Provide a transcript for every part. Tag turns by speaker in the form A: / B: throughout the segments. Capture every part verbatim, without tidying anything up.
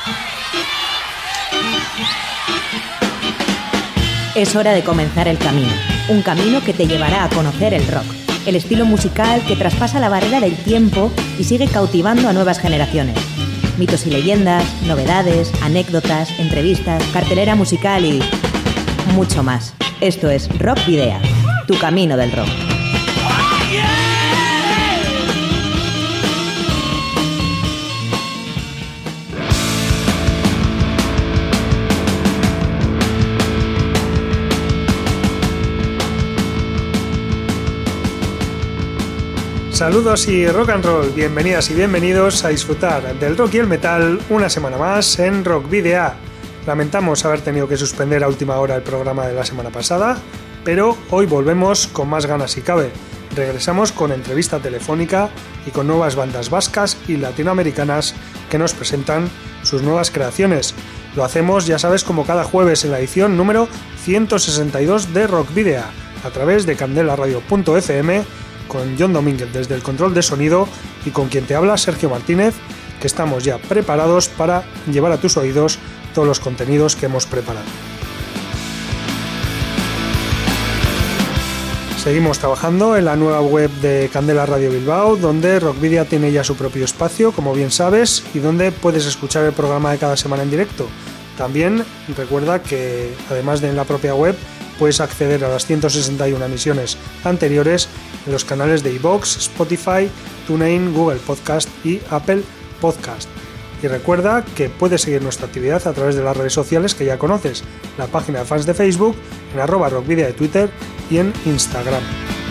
A: Es hora de comenzar el camino, un camino que te llevará a conocer el rock, el estilo musical que traspasa la barrera del tiempo y sigue cautivando a nuevas generaciones. Mitos y leyendas, novedades, anécdotas, entrevistas, cartelera musical y mucho más. Esto es Rock Video, tu camino del rock.
B: Saludos y rock and roll, bienvenidas y bienvenidos a disfrutar del rock y el metal una semana más en Rock Video. Lamentamos haber tenido que suspender a última hora el programa de la semana pasada, pero hoy volvemos con más ganas si cabe. Regresamos con entrevista telefónica y con nuevas bandas vascas y latinoamericanas que nos presentan sus nuevas creaciones. Lo hacemos, ya sabes, como cada jueves en la edición número ciento sesenta y dos de Rock Video, a través de candela radio punto efe eme, con John Domínguez desde el control de sonido y con quien te habla Sergio Martínez, que estamos ya preparados para llevar a tus oídos todos los contenidos que hemos preparado. Seguimos trabajando en la nueva web de Candela Radio Bilbao, donde Rock Video tiene ya su propio espacio, como bien sabes, y donde puedes escuchar el programa de cada semana en directo. También recuerda que, además de en la propia web, puedes acceder a las ciento sesenta y una emisiones anteriores en los canales de iVoox, Spotify, TuneIn, Google Podcast y Apple Podcast. Y recuerda que puedes seguir nuestra actividad a través de las redes sociales que ya conoces, la página de fans de Facebook, en arroba rockvideo de Twitter y en Instagram.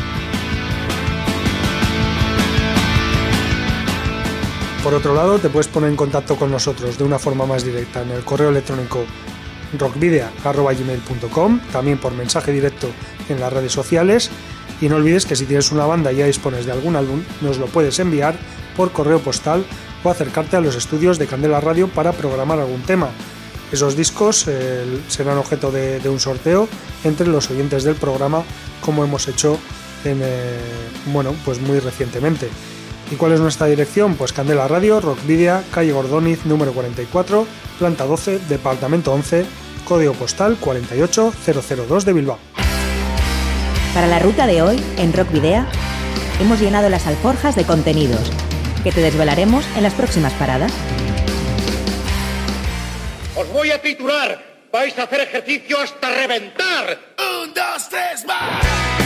B: Por otro lado, te puedes poner en contacto con nosotros de una forma más directa en el correo electrónico rockvideo arroba gmail punto com, también por mensaje directo en las redes sociales, y no olvides que si tienes una banda y ya dispones de algún álbum, nos lo puedes enviar por correo postal o acercarte a los estudios de Candela Radio para programar algún tema. Esos discos eh, serán objeto de, de un sorteo entre los oyentes del programa, como hemos hecho en, eh, bueno, pues muy recientemente. ¿Y cuál es nuestra dirección? Pues Candela Radio, Rock Video, calle Gordóniz, número cuarenta y cuatro, planta doce, departamento once, código postal cuarenta y ocho mil dos de Bilbao.
A: Para la ruta de hoy, en Rock Video, hemos llenado las alforjas de contenidos que te desvelaremos en las próximas paradas.
C: Os voy a titular. Vais a hacer ejercicio hasta reventar. Un, dos, tres, más.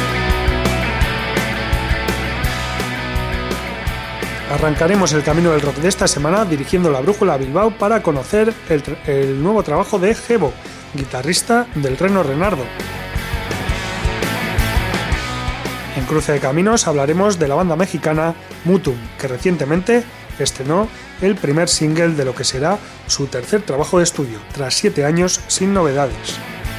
B: Arrancaremos el camino del rock de esta semana dirigiendo la brújula a Bilbao para conocer el, el nuevo trabajo de Gebo, guitarrista del Reno Renardo. En Cruce de Caminos hablaremos de la banda mexicana Mutum, que recientemente estrenó el primer single de lo que será su tercer trabajo de estudio, tras siete años sin novedades.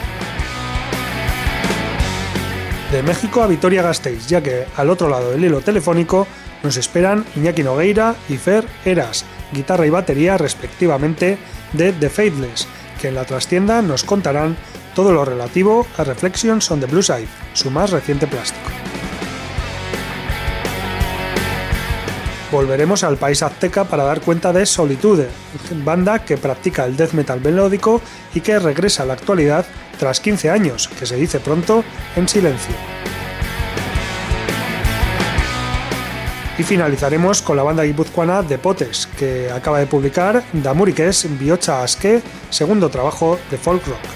B: De México a Vitoria-Gasteiz, ya que al otro lado del hilo telefónico nos esperan Iñaki Nogueira y Fer Eras, guitarra y batería respectivamente de The Faithless, que en la trastienda nos contarán todo lo relativo a Reflections on the Blue Side, su más reciente plástico. Volveremos al país azteca para dar cuenta de Solitude, banda que practica el death metal melódico y que regresa a la actualidad tras quince años, que se dice pronto, en silencio. Y finalizaremos con la banda guipuzcoana de Potes, que acaba de publicar Damurikes Bihotza Aske, segundo trabajo de folk rock.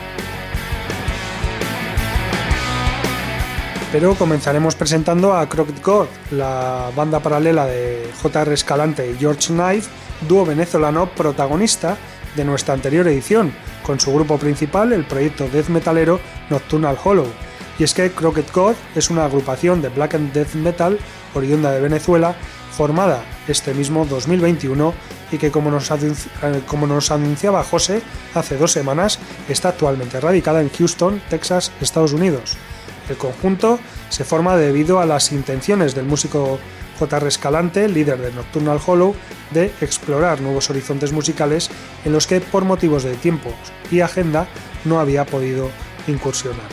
B: Pero comenzaremos presentando a Crooked God, la banda paralela de J R Escalante y George Knife, dúo venezolano protagonista de nuestra anterior edición, con su grupo principal, el proyecto death metalero Nocturnal Hollow. Y es que Crooked God es una agrupación de black and death metal oriunda de Venezuela, formada este mismo dos mil veintiuno y que, como nos, anunci- como nos anunciaba José hace dos semanas, está actualmente radicada en Houston, Texas, Estados Unidos. El conjunto se forma debido a las intenciones del músico J R Escalante, líder de Nocturnal Hollow, de explorar nuevos horizontes musicales en los que, por motivos de tiempo y agenda, no había podido incursionar.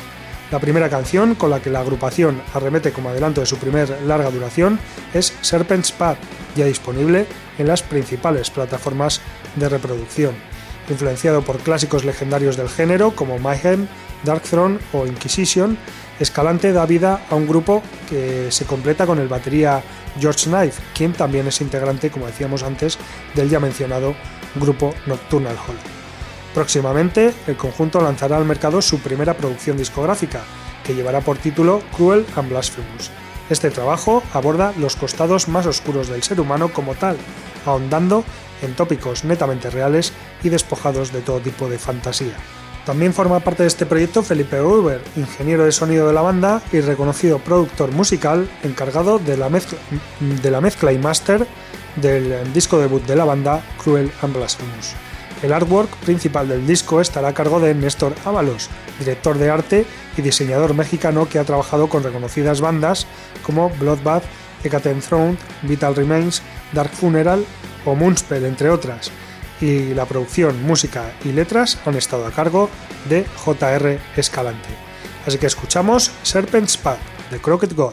B: La primera canción con la que la agrupación arremete como adelanto de su primer larga duración es Serpent's Path, ya disponible en las principales plataformas de reproducción. Influenciado por clásicos legendarios del género como Mayhem, Darkthrone o Inquisition, Escalante da vida a un grupo que se completa con el batería George Knife, quien también es integrante, como decíamos antes, del ya mencionado grupo Nocturnal Hall. Próximamente, el conjunto lanzará al mercado su primera producción discográfica, que llevará por título Cruel and Blasphemous. Este trabajo aborda los costados más oscuros del ser humano como tal, ahondando en tópicos netamente reales y despojados de todo tipo de fantasía. También forma parte de este proyecto Felipe Uber, ingeniero de sonido de la banda y reconocido productor musical encargado de la mezcla, de la mezcla y máster del disco debut de la banda Cruel and Blasphemous. El artwork principal del disco estará a cargo de Néstor Ábalos, director de arte y diseñador mexicano que ha trabajado con reconocidas bandas como Bloodbath, Hecate Enthroned, Vital Remains, Dark Funeral o Moonspell, entre otras, y la producción, música y letras han estado a cargo de J R Escalante. Así que escuchamos Serpent's Path de Crooked God.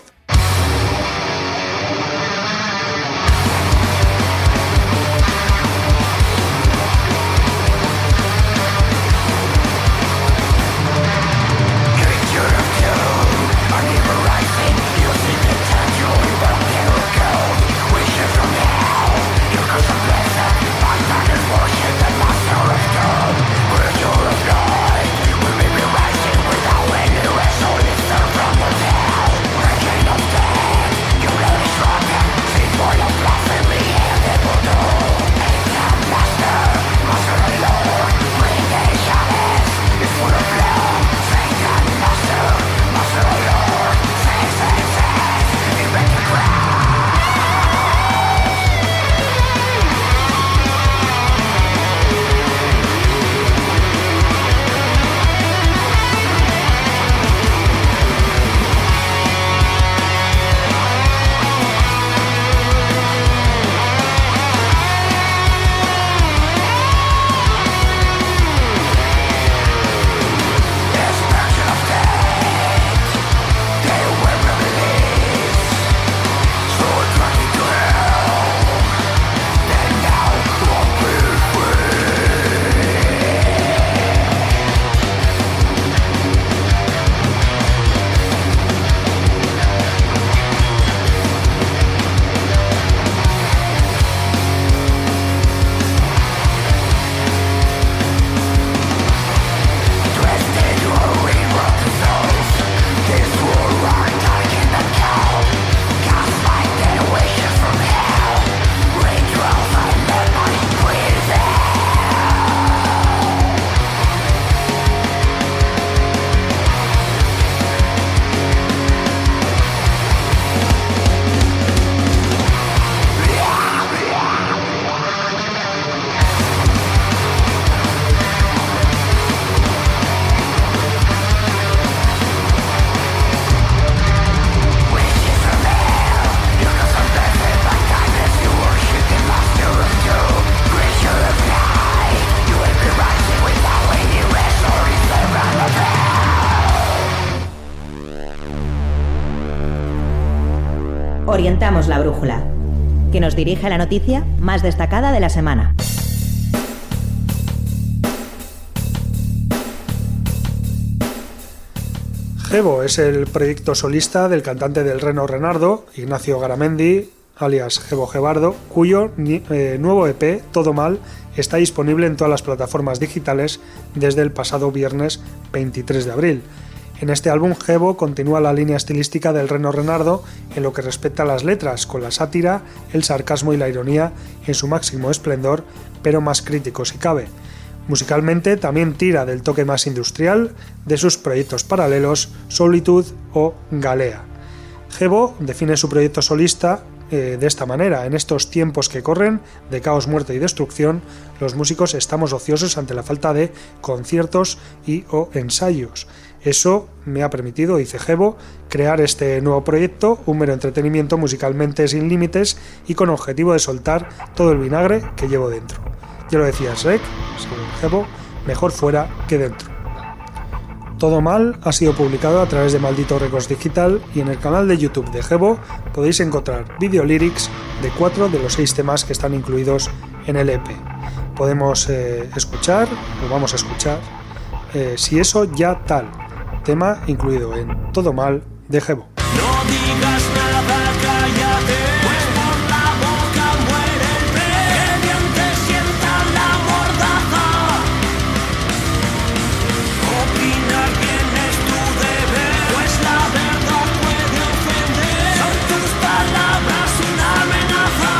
A: Orientamos la brújula, que nos dirige a la noticia más destacada de la semana.
B: Gebo es el proyecto solista del cantante del Reno Renardo, Ignacio Garamendi, alias Gebo Gebardo, cuyo eh, nuevo E P, Todo Mal, está disponible en todas las plataformas digitales desde el pasado viernes veintitrés de abril. En este álbum, Gebo continúa la línea estilística del Reno Renardo en lo que respecta a las letras, con la sátira, el sarcasmo y la ironía en su máximo esplendor, pero más crítico si cabe. Musicalmente también tira del toque más industrial de sus proyectos paralelos Solitude o Galea. Gebo define su proyecto solista eh, de esta manera: en estos tiempos que corren de caos, muerte y destrucción, los músicos estamos ociosos ante la falta de conciertos y o ensayos. Eso me ha permitido, dice Gebo, crear este nuevo proyecto, un mero entretenimiento musicalmente sin límites y con objetivo de soltar todo el vinagre que llevo dentro. Ya lo decía Shrek, según Gebo, mejor fuera que dentro. Todo Mal ha sido publicado a través de Maldito Records Digital y en el canal de YouTube de Gebo podéis encontrar video lyrics de cuatro de los seis temas que están incluidos en el E P. Podemos eh, escuchar, o vamos a escuchar, eh, Si eso ya tal, tema incluido en Todo Mal de Gebo.
D: No digas nada, cállate, pues por la boca muere el pez, que bien te sienta la mordaza. Opinar bien es tu deber, pues la verdad puede ofender. Son tus palabras una amenaza.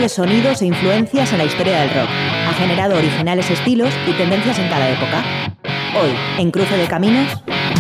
A: diferentes sonidos e influencias en la historia del rock. Ha generado originales estilos y tendencias en cada época. Hoy, en Cruce de Caminos...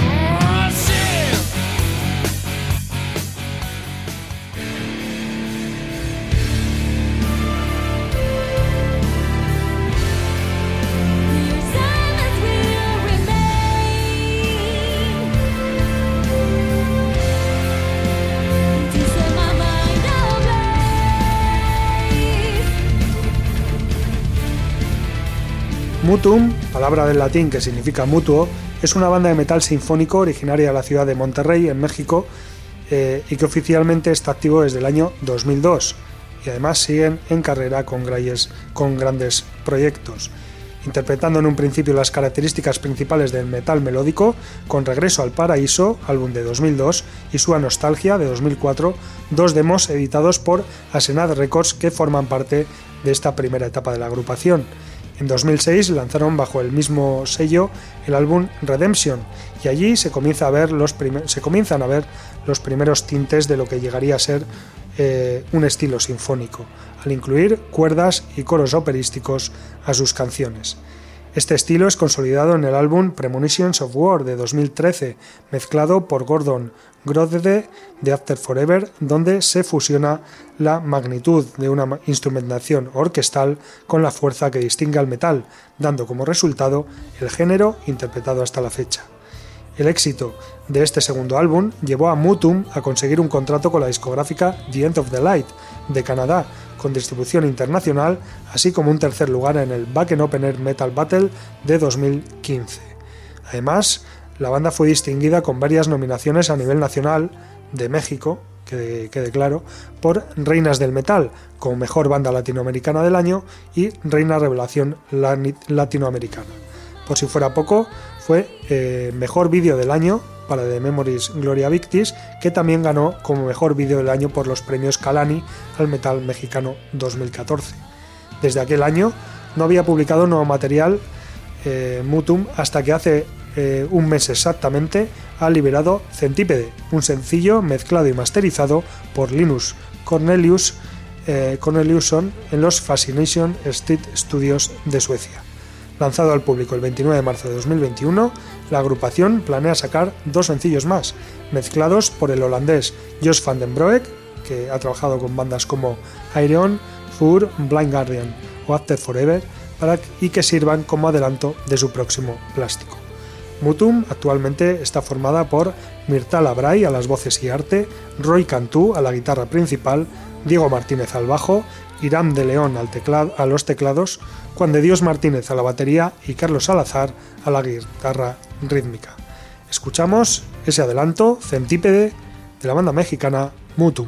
B: Mutum, palabra del latín que significa mutuo, es una banda de metal sinfónico originaria de la ciudad de Monterrey, en México, eh, y que oficialmente está activo desde el año dos mil dos, y además siguen en carrera con, grayes, con grandes proyectos, interpretando en un principio las características principales del metal melódico, con Regreso al Paraíso, álbum de dos mil dos, y Sua Nostalgia, de dos mil cuatro, dos demos editados por Asenad Records que forman parte de esta primera etapa de la agrupación. En dos mil seis lanzaron bajo el mismo sello el álbum Redemption, y allí se, comienza a ver los primer, se comienzan a ver los primeros tintes de lo que llegaría a ser eh, un estilo sinfónico, al incluir cuerdas y coros operísticos a sus canciones. Este estilo es consolidado en el álbum Premonitions of War de dos mil trece, mezclado por Gordon Grodde de After Forever, donde se fusiona la magnitud de una instrumentación orquestal con la fuerza que distingue al metal, dando como resultado el género interpretado hasta la fecha. El éxito de este segundo álbum llevó a Mutum a conseguir un contrato con la discográfica The End of the Light de Canadá, con distribución internacional, así como un tercer lugar en el Wacken Open Air Metal Battle de dos mil quince. Además, la banda fue distinguida con varias nominaciones a nivel nacional de México, que quede claro, por Reinas del Metal, como Mejor Banda Latinoamericana del Año y Reina Revelación Latinoamericana. Por si fuera poco, fue eh, Mejor Vídeo del Año para The Memories Gloria Victis, que también ganó como Mejor Vídeo del Año por los premios Calani al Metal Mexicano dos mil catorce. Desde aquel año no había publicado nuevo material eh, Mutum hasta que hace eh, un mes exactamente ha liberado Centípede, un sencillo mezclado y masterizado por Linus Cornelius, eh, Corneliusson en los Fascination Street Studios de Suecia. Lanzado al público el veintinueve de marzo de dos mil veintiuno, la agrupación planea sacar dos sencillos más, mezclados por el holandés Jos van den Broek, que ha trabajado con bandas como Ayreon, Fur, Blind Guardian o After Forever, para, y que sirvan como adelanto de su próximo Plástico. Mutum actualmente está formada por Mirtala Bray a las voces y arte, Roy Cantú a la guitarra principal, Diego Martínez al bajo, Irán de León al teclado, a los teclados, Juan de Dios Martínez a la batería y Carlos Salazar a la guitarra rítmica. Escuchamos ese adelanto, Centípede, de la banda mexicana Mutum.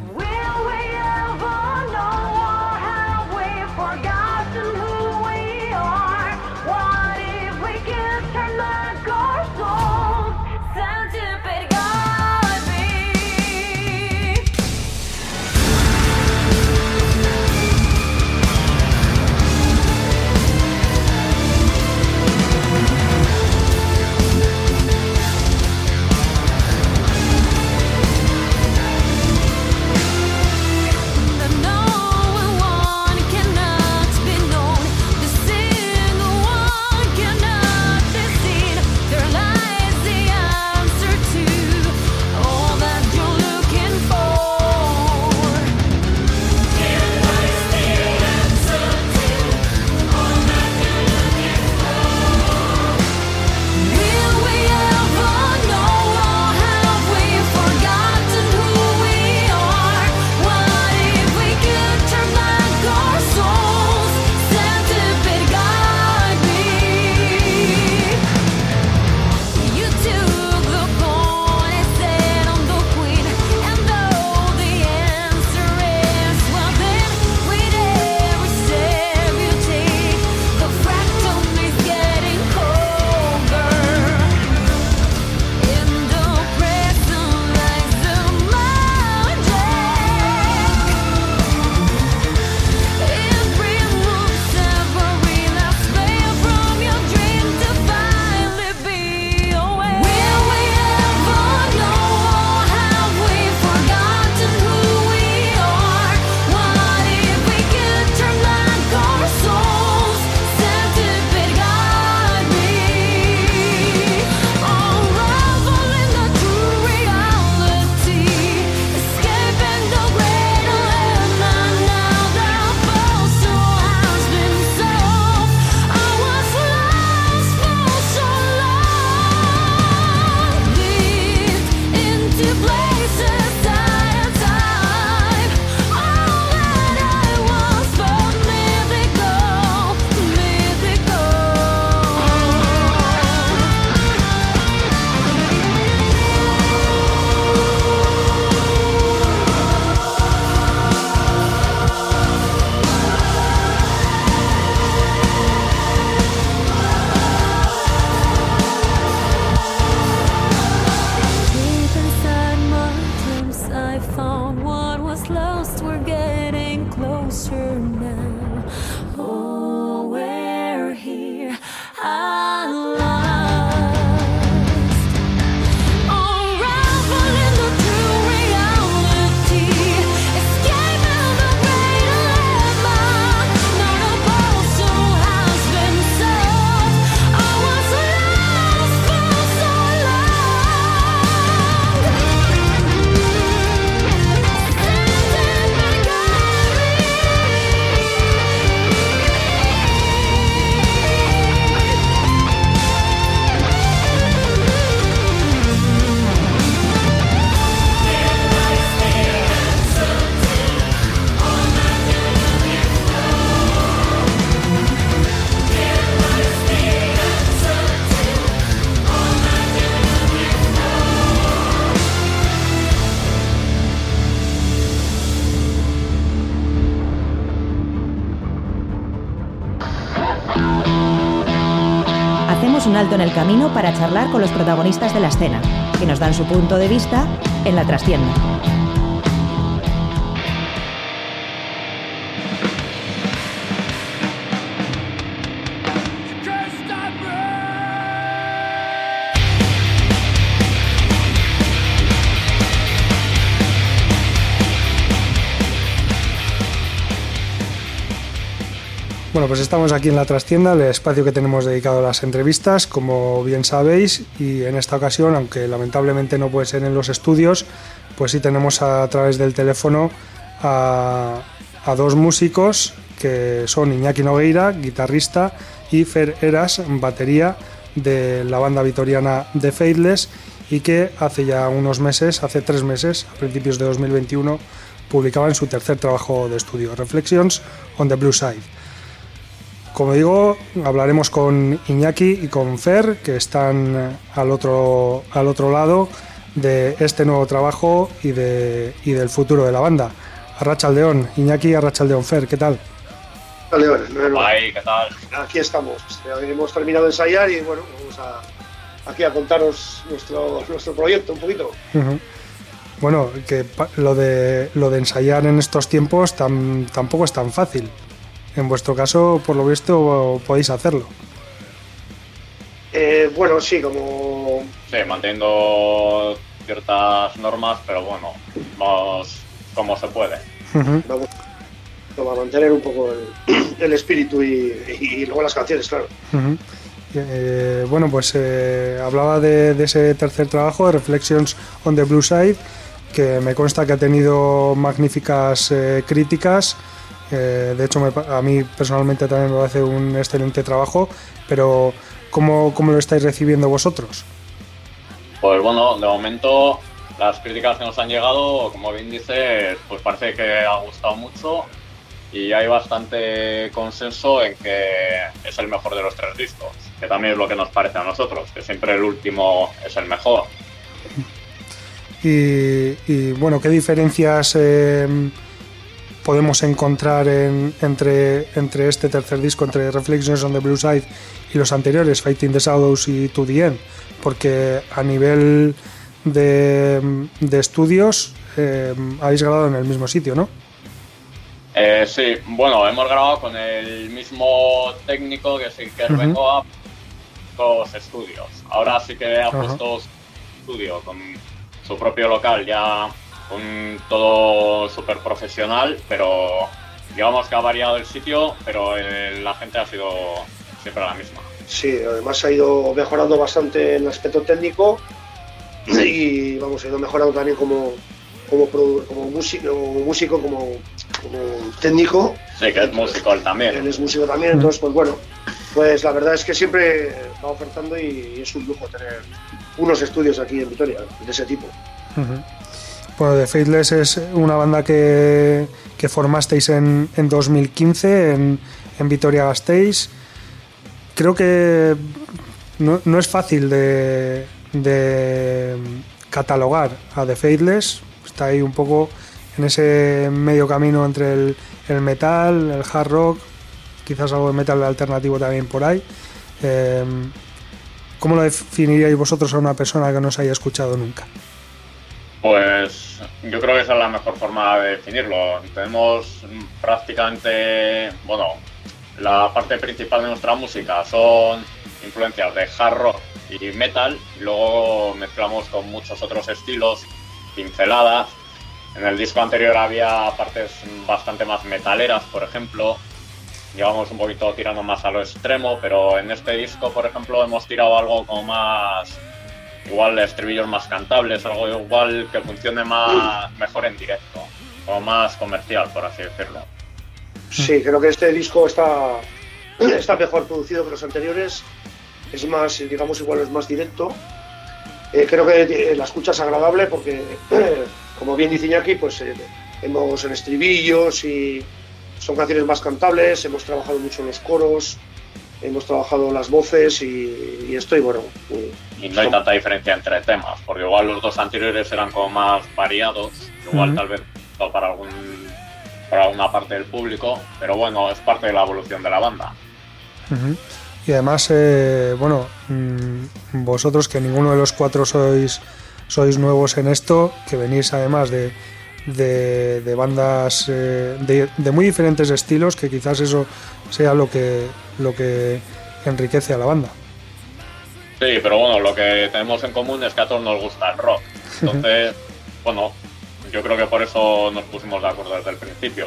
A: hacemos un alto en el camino para charlar con los protagonistas de la escena, que nos dan su punto de vista en la trastienda.
B: Bueno, pues estamos aquí en la trastienda, el espacio que tenemos dedicado a las entrevistas, como bien sabéis, y en esta ocasión, aunque lamentablemente no puede ser en los estudios, pues sí tenemos a, a través del teléfono a, a dos músicos que son Iñaki Nogueira, guitarrista, y Fer Eras, batería de la banda vitoriana The Faithless, y que hace ya unos meses, hace tres meses, a principios de dos mil veintiuno, publicaban su tercer trabajo de estudio, Reflections on the Blue Side. Como digo, hablaremos con Iñaki y con Fer, que están al otro, al otro lado de este nuevo trabajo y, de, y del futuro de la banda. Arratsaldeon, Iñaki, Arratsaldeon, Fer, ¿qué tal?
E: Arratsaldeon, Ay, ¿qué tal? Aquí estamos, hemos terminado de ensayar y bueno, vamos a, aquí a contaros nuestro, nuestro proyecto un poquito.
B: Uh-huh. Bueno, que lo de, lo de ensayar en estos tiempos tam, tampoco es tan fácil. En vuestro caso, por lo visto, podéis hacerlo.
E: Eh, bueno, sí, como...
F: Sí, manteniendo ciertas normas, pero bueno, vamos como se puede.
B: Uh-huh.
E: Vamos a mantener un poco el, el espíritu y, y luego las canciones, claro.
B: Uh-huh. Eh, bueno, pues eh, hablaba de, de ese tercer trabajo, de Reflections on the Blue Side, que me consta que ha tenido magníficas eh, críticas. Eh, de hecho, me, a mí personalmente también me parece un excelente trabajo, pero ¿cómo, cómo lo estáis recibiendo vosotros?
F: Pues bueno, de momento las críticas que nos han llegado, como bien dices, pues parece que ha gustado mucho y hay bastante consenso en que es el mejor de los tres discos, que también es lo que nos parece a nosotros, que siempre el último es el mejor.
B: Y, y bueno, ¿qué diferencias eh, podemos encontrar en, entre, entre este tercer disco, entre Reflections on the Blue Side y los anteriores, Fighting the Shadows y To the End? Porque a nivel de, de estudios eh, habéis grabado en el mismo sitio, ¿no?
F: Eh, sí, bueno, hemos grabado con el mismo técnico que es Iker Bengoa, uh-huh. Los estudios. Ahora sí que ha uh-huh. puesto estudio con su propio local, ya un todo súper profesional, pero digamos que ha variado el sitio, pero el, la gente ha sido siempre la misma.
E: Sí, además ha ido mejorando bastante en el aspecto técnico y vamos, ha ido mejorando también como, como, como, músico, como músico, como, como técnico.
F: Sí, que es músico él también.
E: Él es músico también, entonces pues bueno, pues la verdad es que siempre va ofertando y es un lujo tener unos estudios aquí en Vitoria de ese tipo.
B: Uh-huh. Bueno, The Faithless es una banda que, que formasteis en, en dos mil quince en, en Vitoria-Gasteiz. Creo que no, no es fácil de, de catalogar a The Faithless. Está ahí un poco en ese medio camino entre el, el metal, el hard rock, quizás algo de metal alternativo también por ahí. Eh, ¿Cómo lo definiríais vosotros a una persona que no os haya escuchado nunca?
F: Pues yo creo que esa es la mejor forma de definirlo. Tenemos prácticamente, bueno, la parte principal de nuestra música son influencias de hard rock y metal, y luego mezclamos con muchos otros estilos, pinceladas. En el disco anterior había partes bastante más metaleras, por ejemplo. Llevamos un poquito tirando más a lo extremo, pero en este disco, por ejemplo, hemos tirado algo como más... igual estribillos más cantables, algo igual que funcione más mejor en directo, o más comercial, por así decirlo.
E: Sí, creo que este disco está, está mejor producido que los anteriores, es más, digamos, igual es más directo. Eh, creo que la escucha es agradable porque, eh, como bien dice Iñaki, pues eh, hemos en estribillos y son canciones más cantables, hemos trabajado mucho en los coros, hemos trabajado las voces y, y esto y bueno...
F: Y no hay tanta diferencia entre temas, porque igual los dos anteriores eran como más variados, igual uh-huh. tal vez para, algún, para alguna parte del público, pero bueno, es parte de la evolución de la banda.
B: Uh-huh. Y además, eh, bueno, mmm, vosotros que ninguno de los cuatro sois sois nuevos en esto, que venís además de, de, de bandas eh, de, de muy diferentes estilos, que quizás eso sea lo que lo que enriquece a la banda.
F: Sí, pero bueno, lo que tenemos en común es que a todos nos gusta el rock. Entonces, bueno, yo creo que por eso nos pusimos de acuerdo desde el principio.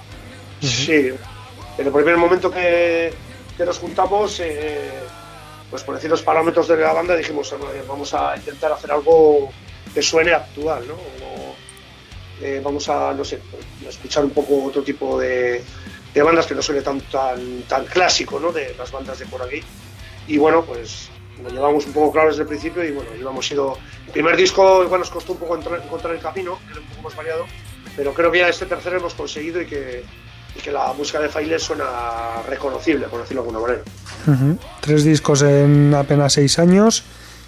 E: Sí, en el primer momento que, que nos juntamos, eh, pues por decir los parámetros de la banda, dijimos, vamos a intentar hacer algo que suene actual, ¿no? O, eh, vamos a, no sé, escuchar un poco otro tipo de, de bandas que no suene tan, tan, tan clásico, ¿no? De las bandas de por aquí. Y bueno, pues lo llevamos un poco claro desde el principio y bueno, llevamos sido... El primer disco igual nos costó un poco entrar, encontrar el camino, que era un poco más variado, pero creo que ya este tercero hemos conseguido y que, y que la música de Faithless suena reconocible, por decirlo de alguna manera.
B: Uh-huh. Tres discos en apenas seis años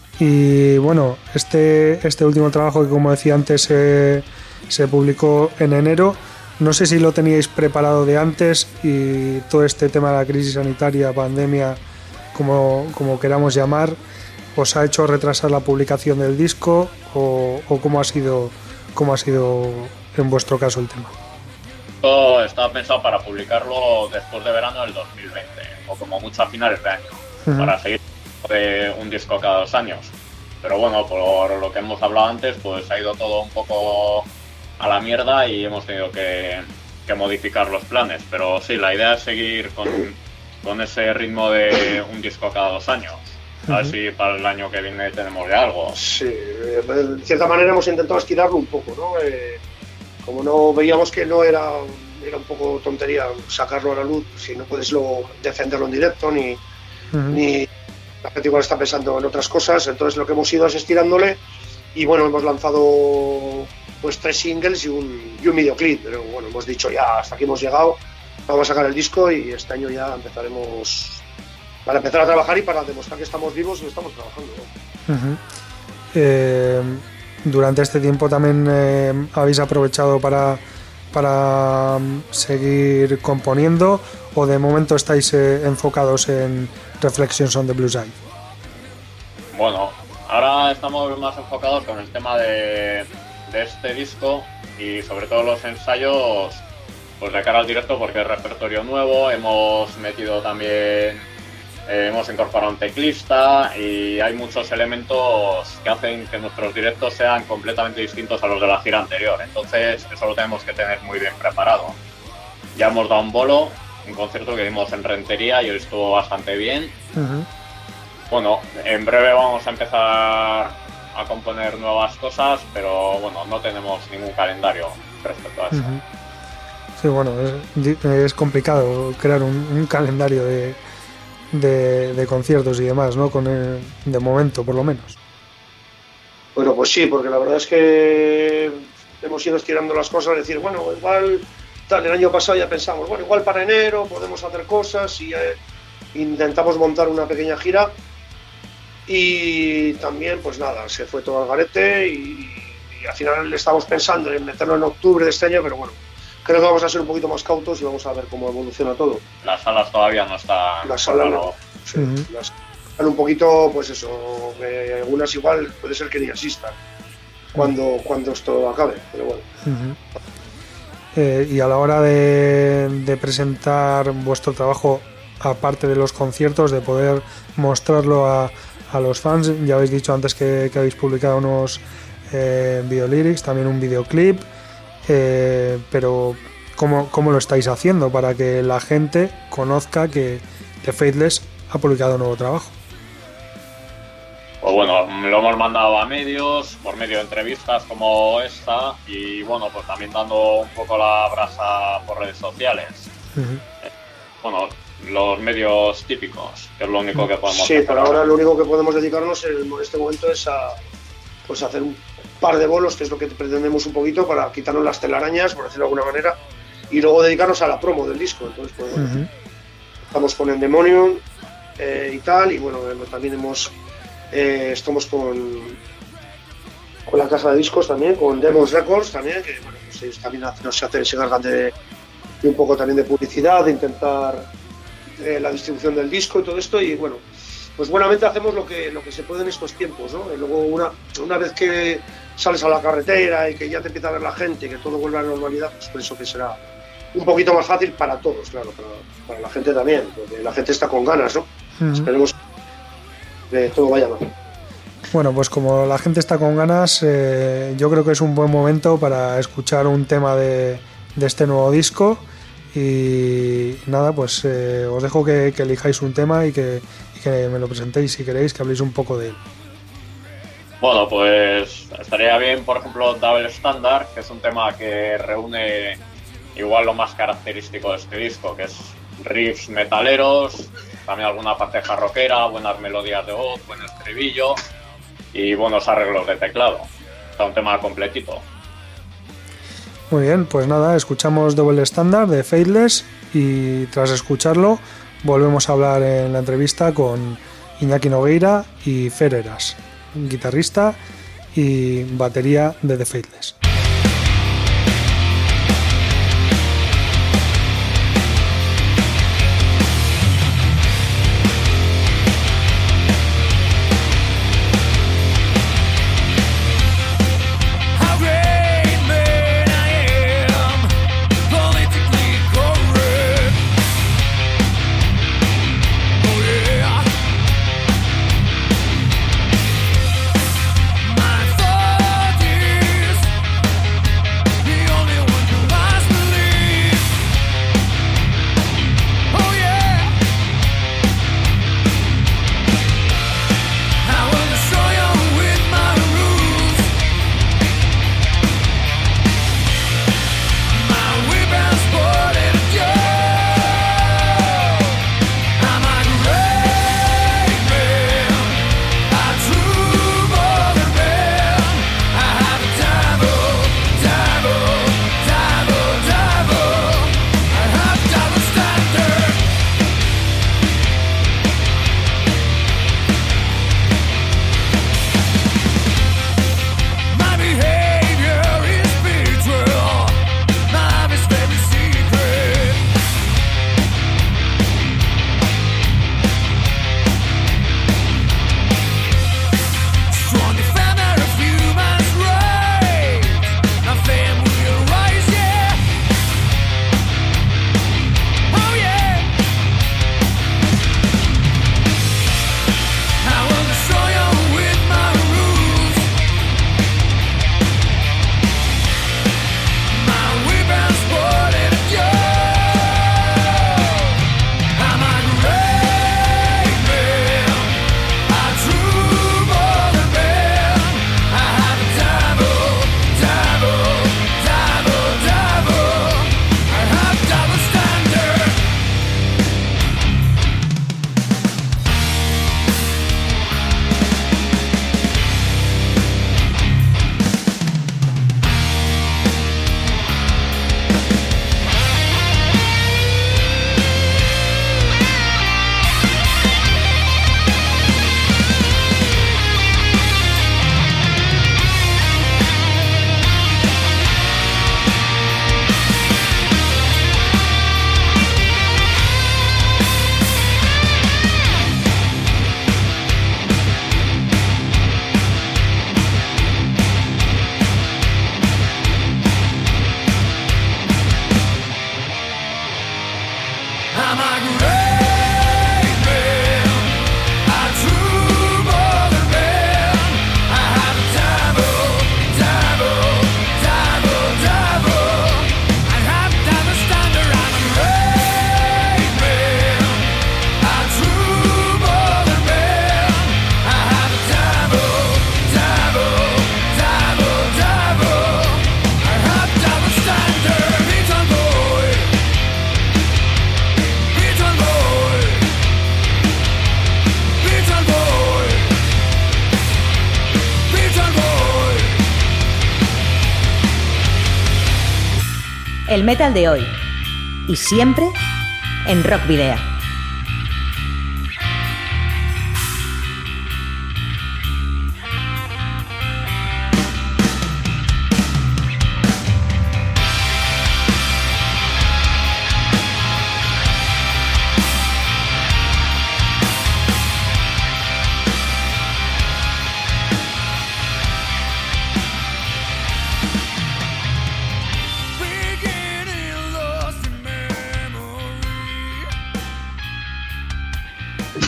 B: y bueno, este, este último trabajo que como decía antes eh, se publicó en enero, no sé si lo teníais preparado de antes y todo este tema de la crisis sanitaria, pandemia, como, como queramos llamar, ¿os ha hecho retrasar la publicación del disco o, o cómo ha sido, cómo ha sido en vuestro caso el tema?
F: Todo estaba pensado para publicarlo después de verano del dos mil veinte o como mucho a finales de año, uh-huh. para seguir de un disco cada dos años. Pero bueno, por lo que hemos hablado antes, pues ha ido todo un poco a la mierda y hemos tenido que, que modificar los planes. Pero sí, la idea es seguir con, con ese ritmo de un disco cada dos años. A ver si para el año que viene tenemos ya algo.
E: Sí, de cierta manera hemos intentado estirarlo un poco, ¿no? Eh, como no veíamos que no era, era un poco tontería sacarlo a la luz, si no puedes luego defenderlo en directo, ni, uh-huh. ni la gente igual está pensando en otras cosas, entonces lo que hemos ido es estirándole y bueno, hemos lanzado pues tres singles y un, y un videoclip, pero bueno, hemos dicho ya, hasta aquí hemos llegado, vamos a sacar el disco y este año ya empezaremos para empezar a trabajar y para demostrar que estamos vivos y estamos trabajando, ¿no?
B: Uh-huh. eh, durante este tiempo también eh, habéis aprovechado para, para seguir componiendo o de momento estáis eh, enfocados en Reflections on the Blue Side.
F: Bueno, ahora estamos más enfocados con el tema de, de este disco y sobre todo los ensayos pues de cara al directo porque es repertorio nuevo, hemos metido también Eh, hemos incorporado un teclista y hay muchos elementos que hacen que nuestros directos sean completamente distintos a los de la gira anterior, entonces eso lo tenemos que tener muy bien preparado. Ya hemos dado un bolo, un concierto que dimos en Rentería y hoy estuvo bastante bien. Uh-huh. Bueno, en breve vamos a empezar a componer nuevas cosas, pero bueno, no tenemos ningún calendario respecto a eso.
B: Uh-huh. Sí, bueno, es, es complicado crear un, un calendario de De, de conciertos y demás, ¿no? Con el, de momento, por lo menos.
E: Bueno, pues sí, porque la verdad es que hemos ido estirando las cosas, decir, bueno, igual, tal, el año pasado ya pensamos, bueno, igual para enero podemos hacer cosas y eh, intentamos montar una pequeña gira y también, pues nada, se fue todo al garete y, y al final estamos pensando en meterlo en octubre de este año, pero bueno, creo que vamos a ser un poquito más cautos y vamos a ver cómo evoluciona todo.
F: Las salas todavía no están...
E: Las salas no. Sí, uh-huh. Las están un poquito, pues eso, eh, algunas igual puede ser que ni asistan cuando, uh-huh. cuando esto acabe, pero bueno.
B: Uh-huh. Eh, y a la hora de, de presentar vuestro trabajo, aparte de los conciertos, de poder mostrarlo a, a los fans, ya habéis dicho antes que, que habéis publicado unos eh, videolyrics, también un videoclip. Eh, pero ¿cómo, ¿cómo lo estáis haciendo para que la gente conozca que The Faithless ha publicado un nuevo trabajo?
F: Pues bueno, lo hemos mandado a medios, por medio de entrevistas como esta y bueno, pues también dando un poco la brasa por redes sociales. Uh-huh. Eh, bueno, los medios típicos, que es lo único que podemos
E: sí, hacer. Sí, pero ahora lo único que podemos dedicarnos en este momento es a pues hacer un par de bolos, que es lo que pretendemos un poquito para quitarnos las telarañas, por decirlo de alguna manera, y luego dedicarnos a la promo del disco. Entonces, pues bueno, uh-huh. estamos con Endemonium eh, y tal, y bueno, también hemos eh, estamos con con la casa de discos también, con Demons Records también, que bueno, pues ellos también nos se, hacen, se encargan de, de un poco también de publicidad, de intentar eh, la distribución del disco y todo esto, y bueno, pues buenamente hacemos lo que, lo que se puede en estos tiempos, ¿no? Y luego una, una vez que sales a la carretera y que ya te empieza a ver la gente, que todo vuelve a la normalidad, pues por eso que será un poquito más fácil para todos, claro, para, para la gente también, porque la gente está con ganas, ¿no? Uh-huh. Esperemos que todo vaya mal.
B: Bueno, pues como la gente está con ganas, eh, yo creo que es un buen momento para escuchar un tema de, de este nuevo disco. Y nada, pues eh, os dejo que, que elijáis un tema y que, y que me lo presentéis si queréis, que habléis un poco de él.
F: Bueno, pues estaría bien, por ejemplo, Double Standard, que es un tema que reúne igual lo más característico de este disco, que es riffs metaleros, también alguna parte rockera, buenas melodías de voz, buen estribillo y buenos arreglos de teclado. Está un tema completito.
B: Muy bien, pues nada, escuchamos Double Standard de Faithless y tras escucharlo volvemos a hablar en la entrevista con Iñaki Nogueira y Fer Heras, guitarrista y batería de The Faithless.
A: El metal de hoy y siempre en Rock Video.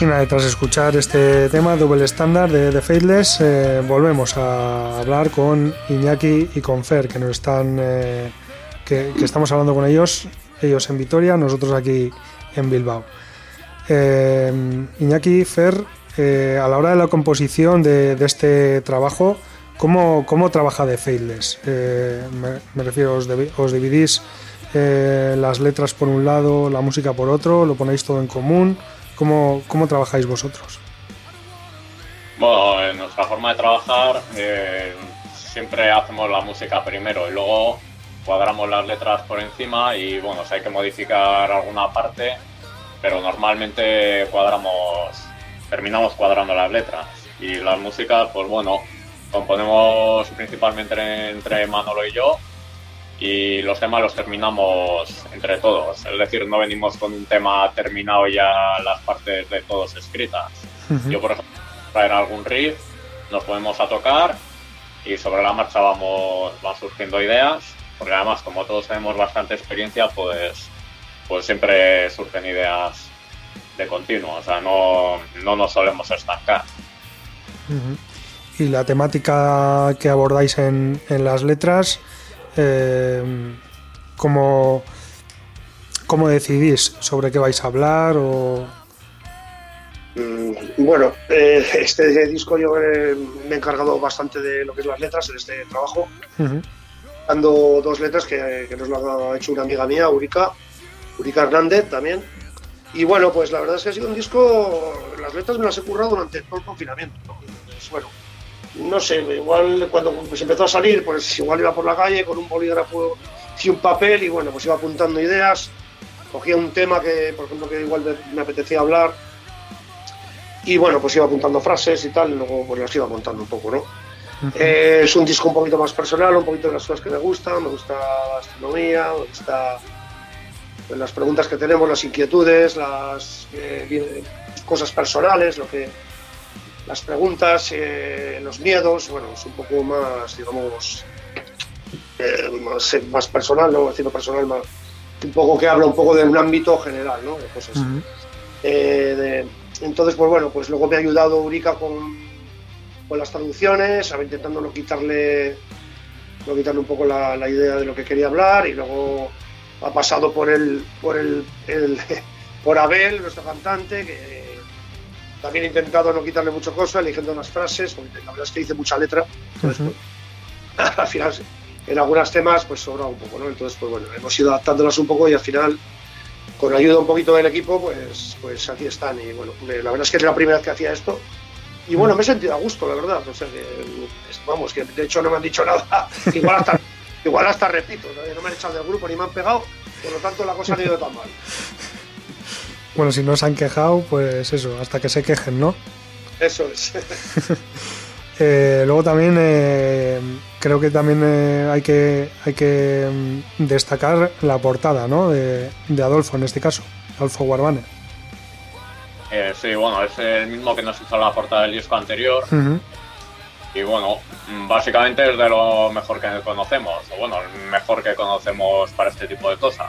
B: nada, tras escuchar este tema, Double Standard de The Faithless, eh, volvemos a hablar con Iñaki y con Fer, que nos están, eh, que, que estamos hablando con ellos, ellos en Vitoria, nosotros aquí en Bilbao. Eh, Iñaki, Fer, eh, a la hora de la composición de, de este trabajo, ¿cómo, cómo trabaja The Faithless? Eh, me, me refiero, ¿os, de, os dividís eh, las letras por un lado, la música por otro, lo ponéis todo en común? ¿Cómo, ¿Cómo trabajáis vosotros?
F: Bueno, en nuestra forma de trabajar eh, siempre hacemos la música primero y luego cuadramos las letras por encima y bueno, si hay que modificar alguna parte, pero normalmente cuadramos, terminamos cuadrando las letras y las músicas, pues bueno, componemos principalmente entre, entre Manolo y yo. Y los temas los terminamos entre todos, es decir, no venimos con un tema terminado ya las partes de todos escritas. Uh-huh. Yo, por ejemplo, traer algún riff, nos ponemos a tocar y sobre la marcha vamos van surgiendo ideas, porque además como todos tenemos bastante experiencia, pues, pues siempre surgen ideas de continuo, o sea, no, no nos solemos estancar.
B: Uh-huh. Y la temática que abordáis en, en las letras, Eh, ¿cómo, ¿Cómo decidís sobre qué vais a hablar? O...
E: Bueno, eh, este disco yo eh, me he encargado bastante de lo que es las letras en este trabajo, uh-huh. dando dos letras que, que nos lo ha hecho una amiga mía, Urica, Urica Hernández también. Y bueno, pues la verdad es que ha sido un disco, las letras me las he currado durante todo el confinamiento, ¿no? Pues bueno, no sé, igual cuando pues empezó a salir, pues igual iba por la calle con un bolígrafo y un papel y bueno, pues iba apuntando ideas, cogía un tema que, por ejemplo, que igual me apetecía hablar y bueno, pues iba apuntando frases y tal, y luego pues las iba montando un poco, ¿no? Uh-huh. Eh, es un disco un poquito más personal, un poquito de las cosas que me gustan, me gusta la astronomía, me gusta pues, las preguntas que tenemos, las inquietudes, las eh, cosas personales, lo que... las preguntas, eh, los miedos, bueno, es un poco más, digamos, eh, más, más personal, no decirlo personal, más, un poco que habla un poco de un ámbito general, ¿no? De cosas. Uh-huh. eh, de, entonces, pues bueno, pues luego me ha ayudado Urica con, con las traducciones, intentando no quitarle, no quitarle un poco la, la idea de lo que quería hablar y luego ha pasado por el, por el, el por Abel, nuestro cantante, que también he intentado no quitarle mucho cosa, eligiendo unas frases, porque la verdad es que hice mucha letra, entonces uh-huh. pues, al final en algunos temas pues sobra un poco, ¿no? Entonces pues bueno, hemos ido adaptándolas un poco y al final con la ayuda un poquito del equipo pues, pues aquí están y bueno, la verdad es que es la primera vez que hacía esto y bueno, me he sentido a gusto, la verdad, o sea que vamos, que de hecho no me han dicho nada, igual hasta, igual hasta repito, ¿no? No me han echado del grupo ni me han pegado, por lo tanto la cosa no ha ido tan mal.
B: Bueno, si no se han quejado, pues eso, hasta que se quejen, ¿no?
E: Eso es.
B: eh, luego también eh, creo que también eh, hay que hay que destacar la portada, ¿no? De, de Adolfo, en este caso, Adolfo Guarbaner.
F: Eh, sí, bueno, es el mismo que nos hizo la portada del disco anterior. Uh-huh. Y bueno, básicamente es de lo mejor que conocemos, o bueno, el mejor que conocemos para este tipo de cosas.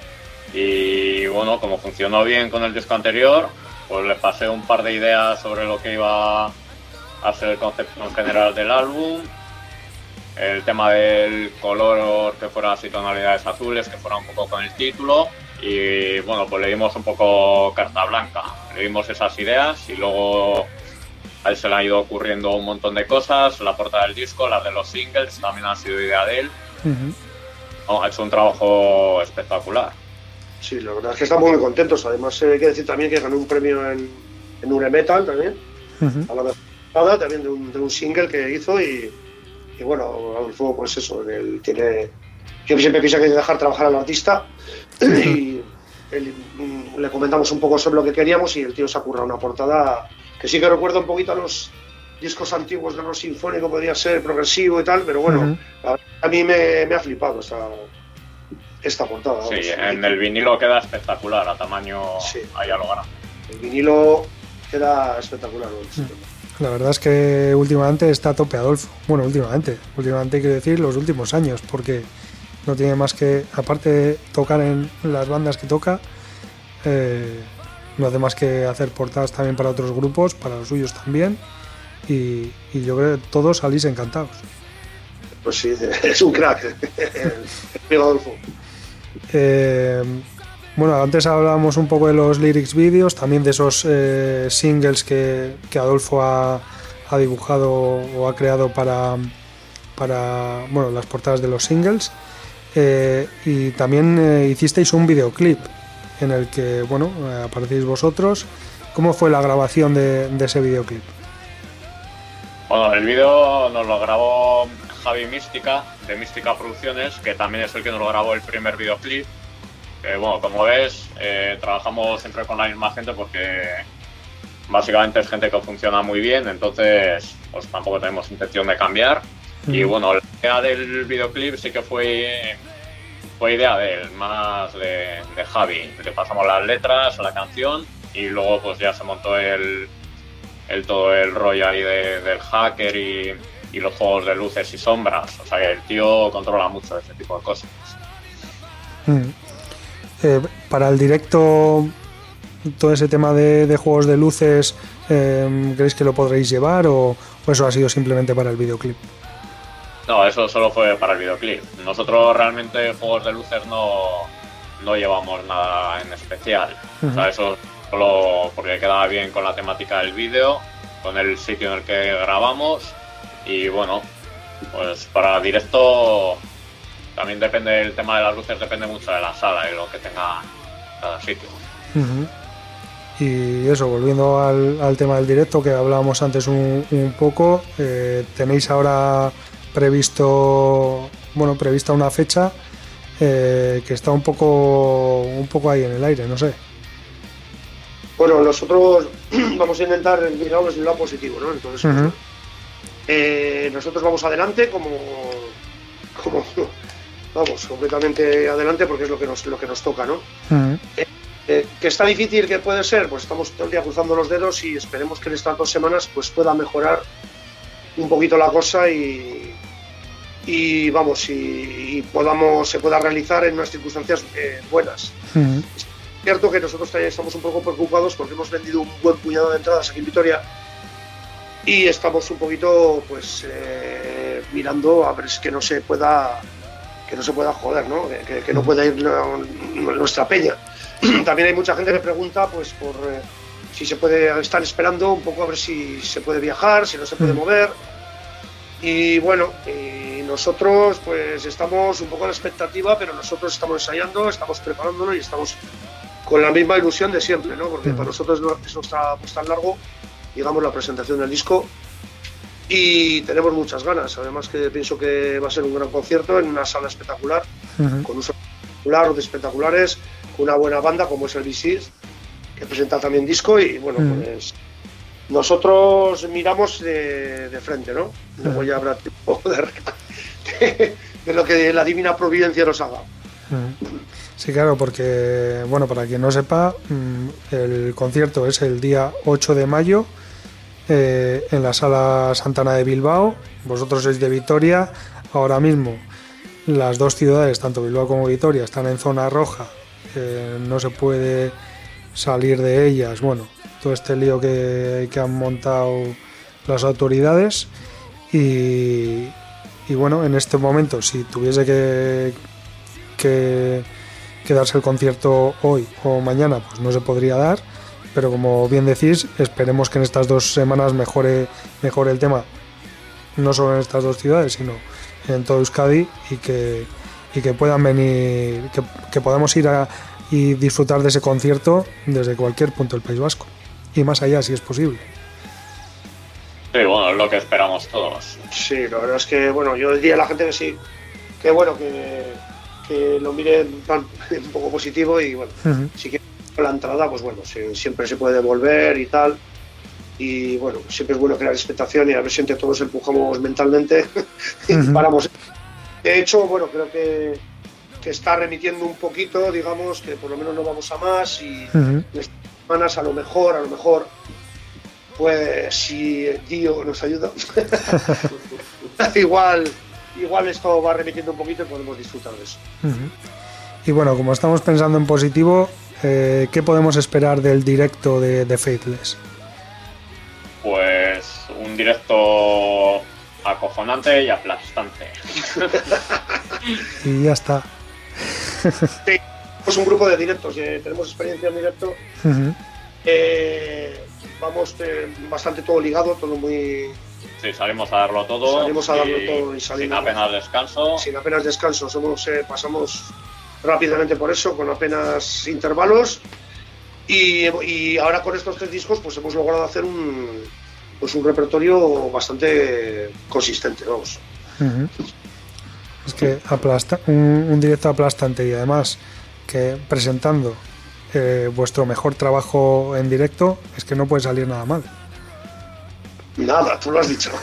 F: Y bueno, como funcionó bien con el disco anterior, pues le pasé un par de ideas sobre lo que iba a ser el concepto en general del álbum, el tema del color, que fuera así tonalidades azules, que fuera un poco con el título, y bueno, pues le dimos un poco carta blanca, le dimos esas ideas y luego a él se le han ido ocurriendo un montón de cosas, la portada del disco, las de los singles, también han sido idea de él. Uh-huh. No, ha hecho un trabajo espectacular.
E: Sí, la verdad es que estamos muy contentos. Además, hay que decir también que ganó un premio en, en Ure Metal también, uh-huh. a la mejor también de un, de un single que hizo. Y, y bueno, Adolfo, pues eso, él tiene. Yo siempre pienso que hay que dejar trabajar al artista. Uh-huh. Y él, le comentamos un poco sobre lo que queríamos y el tío se ha currado una portada que sí que recuerda un poquito a los discos antiguos de rock sinfónico, podría ser progresivo y tal, pero bueno, uh-huh. a, a mí me, me ha flipado esta. esta portada.
F: Sí,
E: vamos.
F: En el vinilo queda espectacular, a tamaño sí. Ahí a lo grande.
E: El vinilo queda espectacular.
B: La verdad es que últimamente está a tope Adolfo. Bueno, últimamente, últimamente quiero decir los últimos años, porque no tiene más que, aparte de tocar en las bandas que toca, eh, no hace más que hacer portadas también para otros grupos, para los suyos también, y, y yo creo que todos salís encantados.
E: Pues sí, es un crack, el amigo Adolfo.
B: Eh, bueno, antes hablábamos un poco de los lyrics videos, también de esos eh, singles que, que Adolfo ha, ha dibujado o ha creado para, para bueno, las portadas de los singles, eh, y también eh, hicisteis un videoclip en el que, bueno, aparecéis vosotros. ¿Cómo fue la grabación de, de ese videoclip?
F: Bueno, el vídeo nos lo grabó Javi Mística, de Mística Producciones, que también es el que nos grabó el primer videoclip. Eh, bueno, como ves, eh, trabajamos siempre con la misma gente porque básicamente es gente que funciona muy bien, entonces pues tampoco tenemos intención de cambiar. Mm. Y bueno, la idea del videoclip sí que fue, fue idea de él, más de, de Javi. Le pasamos las letras a la canción y luego pues ya se montó el, el todo el rollo ahí de, del hacker y, y los juegos de luces y sombras. O sea que el tío controla mucho ese tipo de cosas.
B: Mm. Eh, para el directo, todo ese tema de, de juegos de luces, eh, ¿creéis que lo podréis llevar o, o eso ha sido simplemente para el videoclip?
F: No, eso solo fue para el videoclip. Nosotros realmente juegos de luces no, no llevamos nada en especial. Uh-huh. O sea, eso solo porque quedaba bien con la temática del vídeo, con el sitio en el que grabamos y bueno, pues para directo también depende del tema de las luces, depende mucho de la sala y lo que tenga cada sitio.
B: Uh-huh. Y eso, volviendo al, al tema del directo que hablábamos antes un, un poco, eh, tenéis ahora previsto, bueno, prevista una fecha eh, que está un poco, un poco ahí en el aire, no sé.
E: Bueno, nosotros vamos a intentar mirarlo desde el lado positivo, ¿no? Entonces, uh-huh. eh, nosotros vamos adelante como, como vamos, completamente adelante porque es lo que nos, lo que nos toca, ¿no? Uh-huh. Eh, eh, que está difícil, que puede ser, pues estamos todo el día cruzando los dedos y esperemos que en estas dos semanas pues pueda mejorar un poquito la cosa y, y vamos, y, y podamos, se pueda realizar en unas circunstancias eh, buenas. Uh-huh. Es cierto que nosotros también estamos un poco preocupados porque hemos vendido un buen puñado de entradas aquí en Vitoria y estamos un poquito pues eh, mirando a ver si que no se pueda que no se pueda joder, ¿no? Que, que no pueda ir nuestra peña. También hay mucha gente que pregunta pues por eh, si se puede estar esperando un poco a ver si se puede viajar, si no se puede mover. Y bueno, y nosotros pues estamos un poco a la expectativa, pero nosotros estamos ensayando, estamos preparándonos y estamos con la misma ilusión de siempre, ¿no? Porque para nosotros es nuestra pues tan largo, digamos, la presentación del disco y tenemos muchas ganas. Además que pienso que va a ser un gran concierto en una sala espectacular, uh-huh. con un sonido espectacular o de espectaculares, con una buena banda como es el V C, que presenta también disco y bueno, uh-huh. pues nosotros miramos de, de frente, ¿no? Uh-huh. Luego ya habrá tiempo de, de, de lo que la divina providencia nos haga.
B: Uh-huh. Sí, claro, porque, bueno, para quien no sepa, el concierto es el día ocho de mayo eh, en la Sala Santana de Bilbao. Vosotros sois de Vitoria. Ahora mismo las dos ciudades, tanto Bilbao como Vitoria, están en zona roja. Eh, no se puede salir de ellas. Bueno, todo este lío que, que han montado las autoridades. Y, y bueno, en este momento, si tuviese que... que que darse el concierto hoy o mañana, pues no se podría dar, pero como bien decís, esperemos que en estas dos semanas mejore, mejore el tema, no solo en estas dos ciudades, sino en todo Euskadi y que, y que puedan venir, que, que podamos ir a y disfrutar de ese concierto desde cualquier punto del País Vasco y más allá si es posible.
F: Sí, bueno, es lo que esperamos todos.
E: Sí, la verdad es que, bueno, yo diría a la gente que sí, que bueno, que que lo miren un poco positivo y bueno, uh-huh. si quieren la entrada, pues bueno, se, siempre se puede devolver y tal y bueno, siempre es bueno crear expectación y a ver si entre todos empujamos mentalmente y uh-huh. paramos. De hecho, bueno, creo que, que está remitiendo un poquito, digamos, que por lo menos no vamos a más y uh-huh. en estas semanas a lo mejor, a lo mejor pues si Dio nos ayuda igual Igual esto va remitiendo un poquito y podemos disfrutar de eso.
B: Uh-huh. Y bueno, como estamos pensando en positivo, eh, ¿qué podemos esperar del directo de, de Faithless?
F: Pues un directo acojonante y aplastante.
B: Y ya está.
E: Sí, pues un grupo de directos, eh, tenemos experiencia en directo.
B: Uh-huh.
E: Eh, vamos eh, bastante todo ligado, todo muy...
F: Sí, salimos a darlo todo.
E: Salimos a darlo
F: y
E: todo y salimos
F: sin apenas descanso.
E: Sin apenas descanso, somos, eh, pasamos rápidamente por eso, con apenas intervalos. Y, y ahora con estos tres discos pues hemos logrado hacer un, pues un repertorio bastante consistente, vamos.
B: Uh-huh. Es que aplasta, un, un directo aplastante y además que presentando eh, vuestro mejor trabajo en directo, es que no puede salir nada mal.
E: Nada, tú lo has dicho.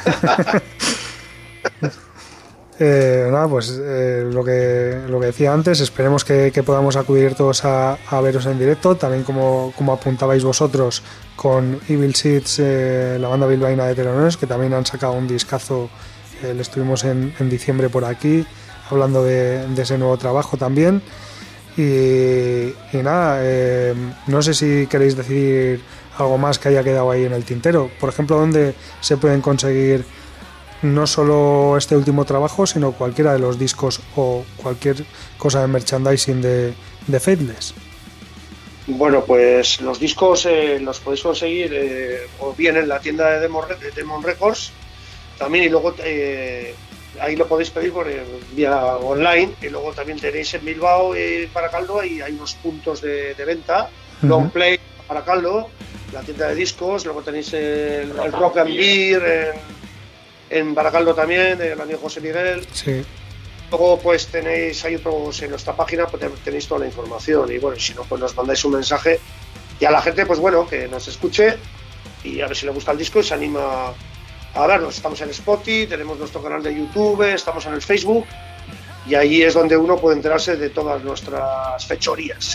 B: eh, nada, pues eh, lo que lo que decía antes, esperemos que, que podamos acudir todos a, a veros en directo, también como, como apuntabais vosotros con Evil Seeds, eh, la banda bilbaína de Teloneros, que también han sacado un discazo. Eh, le estuvimos en, en diciembre por aquí hablando de, de ese nuevo trabajo también. Y, y nada, eh, no sé si queréis decir algo más que haya quedado ahí en el tintero. Por ejemplo, ¿dónde se pueden conseguir no solo este último trabajo, sino cualquiera de los discos o cualquier cosa de merchandising de, de Faithless?
E: Bueno, pues los discos eh, los podéis conseguir eh, o bien en la tienda de Demon, de Demon Records también, y luego eh, ahí lo podéis pedir por eh, vía online, y luego también tenéis en Bilbao y Baracaldo, y hay unos puntos de, de venta, uh-huh. Long Play Baracaldo, la tienda de discos, luego tenéis el, el Rock and Beer en, en Baracaldo también, el amigo José Miguel.
B: Sí.
E: Luego pues tenéis ahí otros, en nuestra página pues, tenéis toda la información, y bueno, si no pues nos mandáis un mensaje y a la gente pues bueno, que nos escuche y a ver si le gusta el disco y se anima a vernos. Estamos en Spotify, tenemos nuestro canal de YouTube, estamos en el Facebook, y ahí es donde uno puede enterarse de todas nuestras fechorías.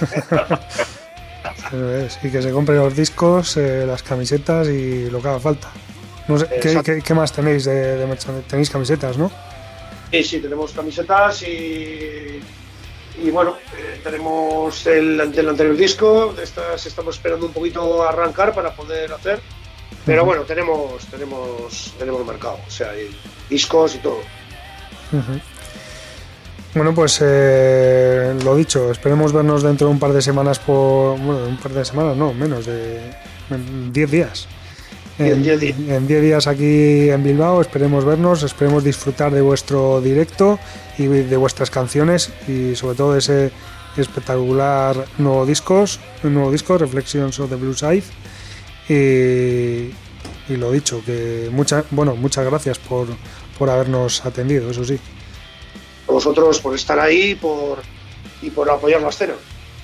B: Y que se compren los discos, eh, las camisetas y lo que haga falta. No sé, ¿qué, qué, ¿qué más tenéis de, de merchandising? Tenéis camisetas, ¿no?
E: Sí, sí, tenemos camisetas y, y bueno, eh, tenemos el del anterior disco, estas estamos esperando un poquito a arrancar para poder hacer, pero uh-huh. bueno, tenemos tenemos tenemos mercado, o sea, hay discos y todo.
B: Uh-huh. Bueno, pues eh, lo dicho, esperemos vernos dentro de un par de semanas, por bueno, un par de semanas, no, menos de diez días. En diez días aquí en Bilbao, esperemos vernos, esperemos disfrutar de vuestro directo y de vuestras canciones, y sobre todo de ese espectacular nuevo disco, nuevo disco Reflections of the Blue Side. Y, y lo dicho, que mucha, bueno, muchas gracias por, por habernos atendido, eso sí.
E: A vosotros por estar ahí por, y por apoyar la escena.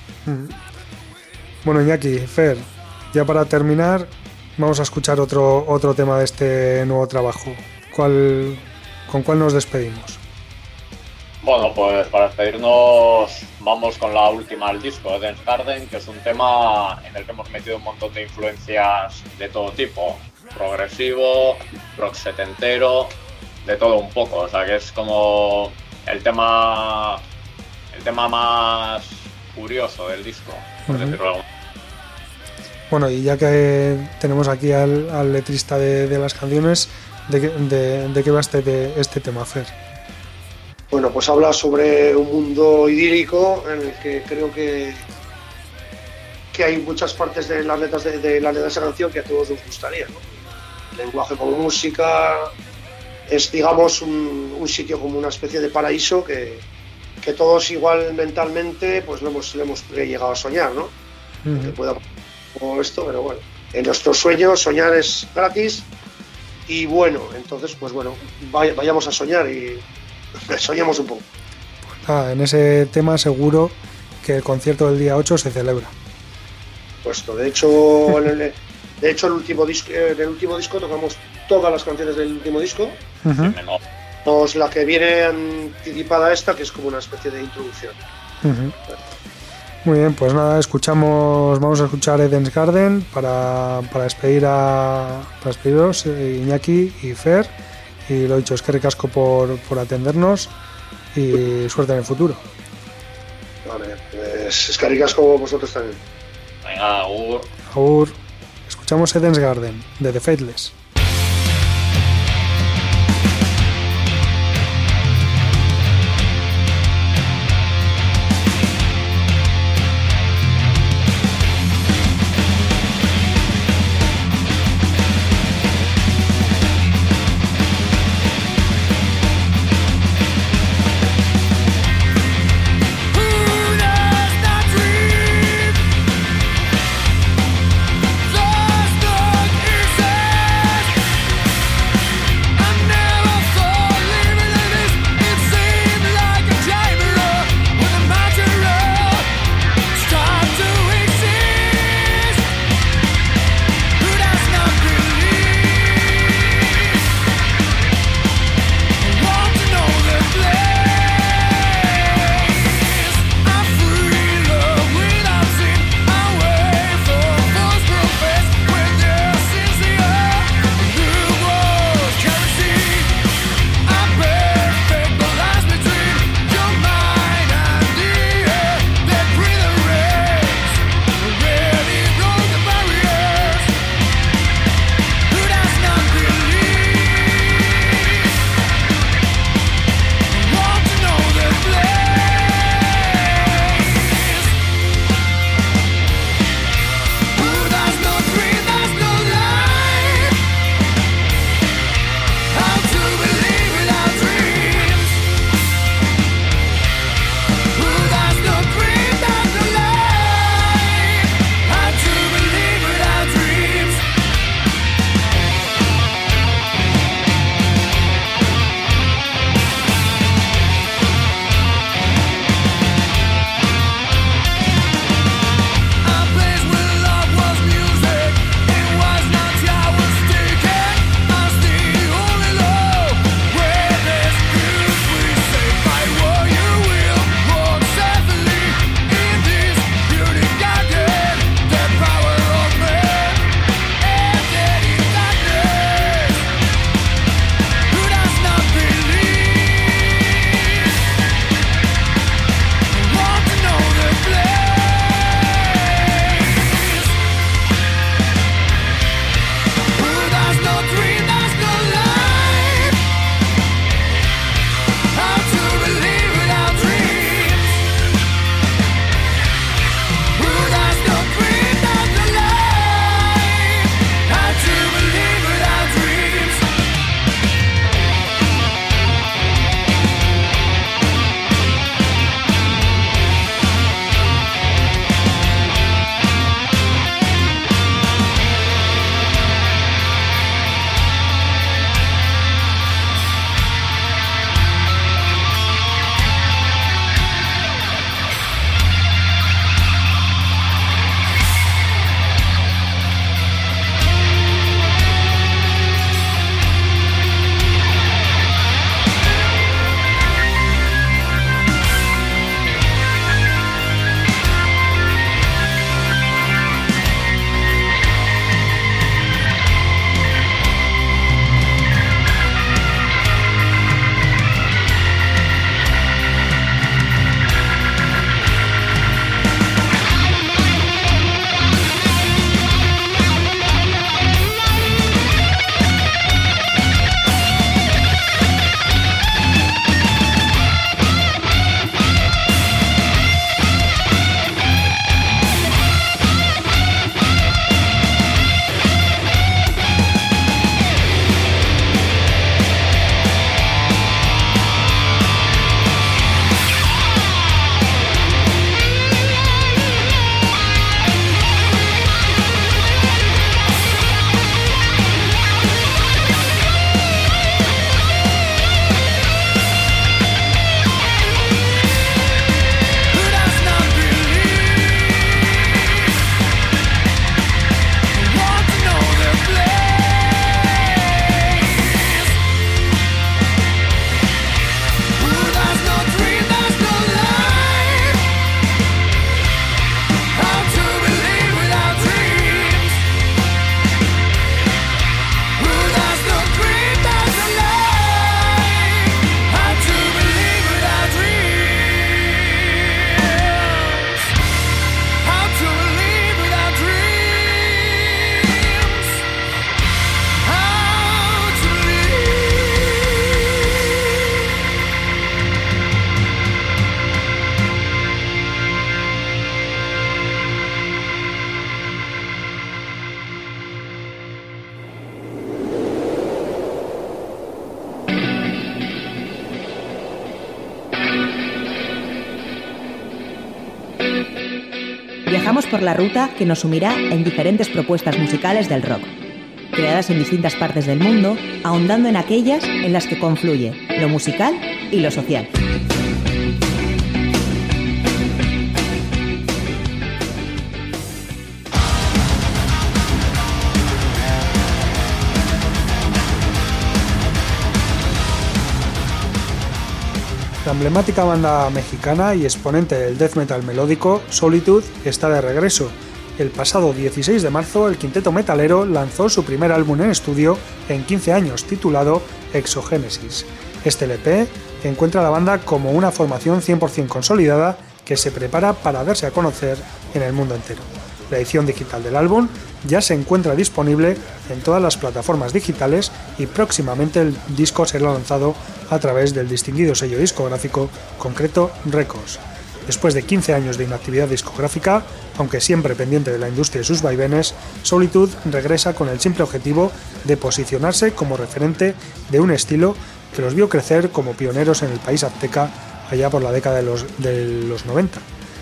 B: Bueno, Iñaki, Fer, ya para terminar, vamos a escuchar otro, otro tema de este nuevo trabajo. ¿Cuál, ¿Con cuál nos despedimos?
F: Bueno, pues para despedirnos vamos con la última del disco, Eden's Garden, que es un tema en el que hemos metido un montón de influencias de todo tipo. Progresivo, rock setentero, de todo un poco. O sea que es como el tema, el tema más curioso del disco, por uh-huh. decirlo algo.
B: Bueno, y ya que tenemos aquí al, al letrista de, de las canciones, ¿de, de, de qué va este, de, este tema, Fer?
E: Bueno, pues habla sobre un mundo idílico en el que creo que, que hay muchas partes de las letras de, de la letra de esa canción que a todos nos gustaría, ¿no? El lenguaje como música, es digamos un, un sitio como una especie de paraíso que, que todos igual mentalmente pues lo hemos, lo hemos llegado a soñar, ¿no? Uh-huh. Que pueda como esto, pero bueno, en nuestros sueños soñar es gratis, y bueno, entonces pues bueno, vay, vayamos a soñar y soñemos un poco.
B: Pues nada, en ese tema seguro que el concierto del día ocho se celebra.
E: Puesto, de hecho, en el, de hecho el último disco, en el último disco tocamos todas las canciones del último disco. Uh-huh. Pues la que viene anticipada esta, que es como una especie de introducción.
B: Uh-huh. Muy bien, pues nada, escuchamos, vamos a escuchar Eden's Garden para, para despedir a para despediros, eh, Iñaki y Fer, y lo dicho, es que recasco por, por atendernos y suerte en el futuro.
E: Vale, pues escaricas como vosotros también.
F: Venga, agur.
B: Agur. Escuchamos Eden's Garden, de The Faithless.
D: Lost dog is
A: Viajamos por la ruta que nos sumirá en diferentes propuestas musicales del rock, creadas en distintas partes del mundo, ahondando en aquellas en las que confluye lo musical y lo social.
B: La emblemática banda mexicana y exponente del death metal melódico, Solitude, está de regreso. El pasado dieciséis de marzo, el quinteto metalero lanzó su primer álbum en estudio en quince años, titulado Exogénesis. Este L P encuentra a la banda como una formación cien por ciento consolidada que se prepara para darse a conocer en el mundo entero. La edición digital del álbum ya se encuentra disponible en todas las plataformas digitales y próximamente el disco será lanzado a través del distinguido sello discográfico Concreto Records. Después de quince años de inactividad discográfica, aunque siempre pendiente de la industria y sus vaivenes, Solitude regresa con el simple objetivo de posicionarse como referente de un estilo que los vio crecer como pioneros en el país azteca allá por la década de los, de los noventa.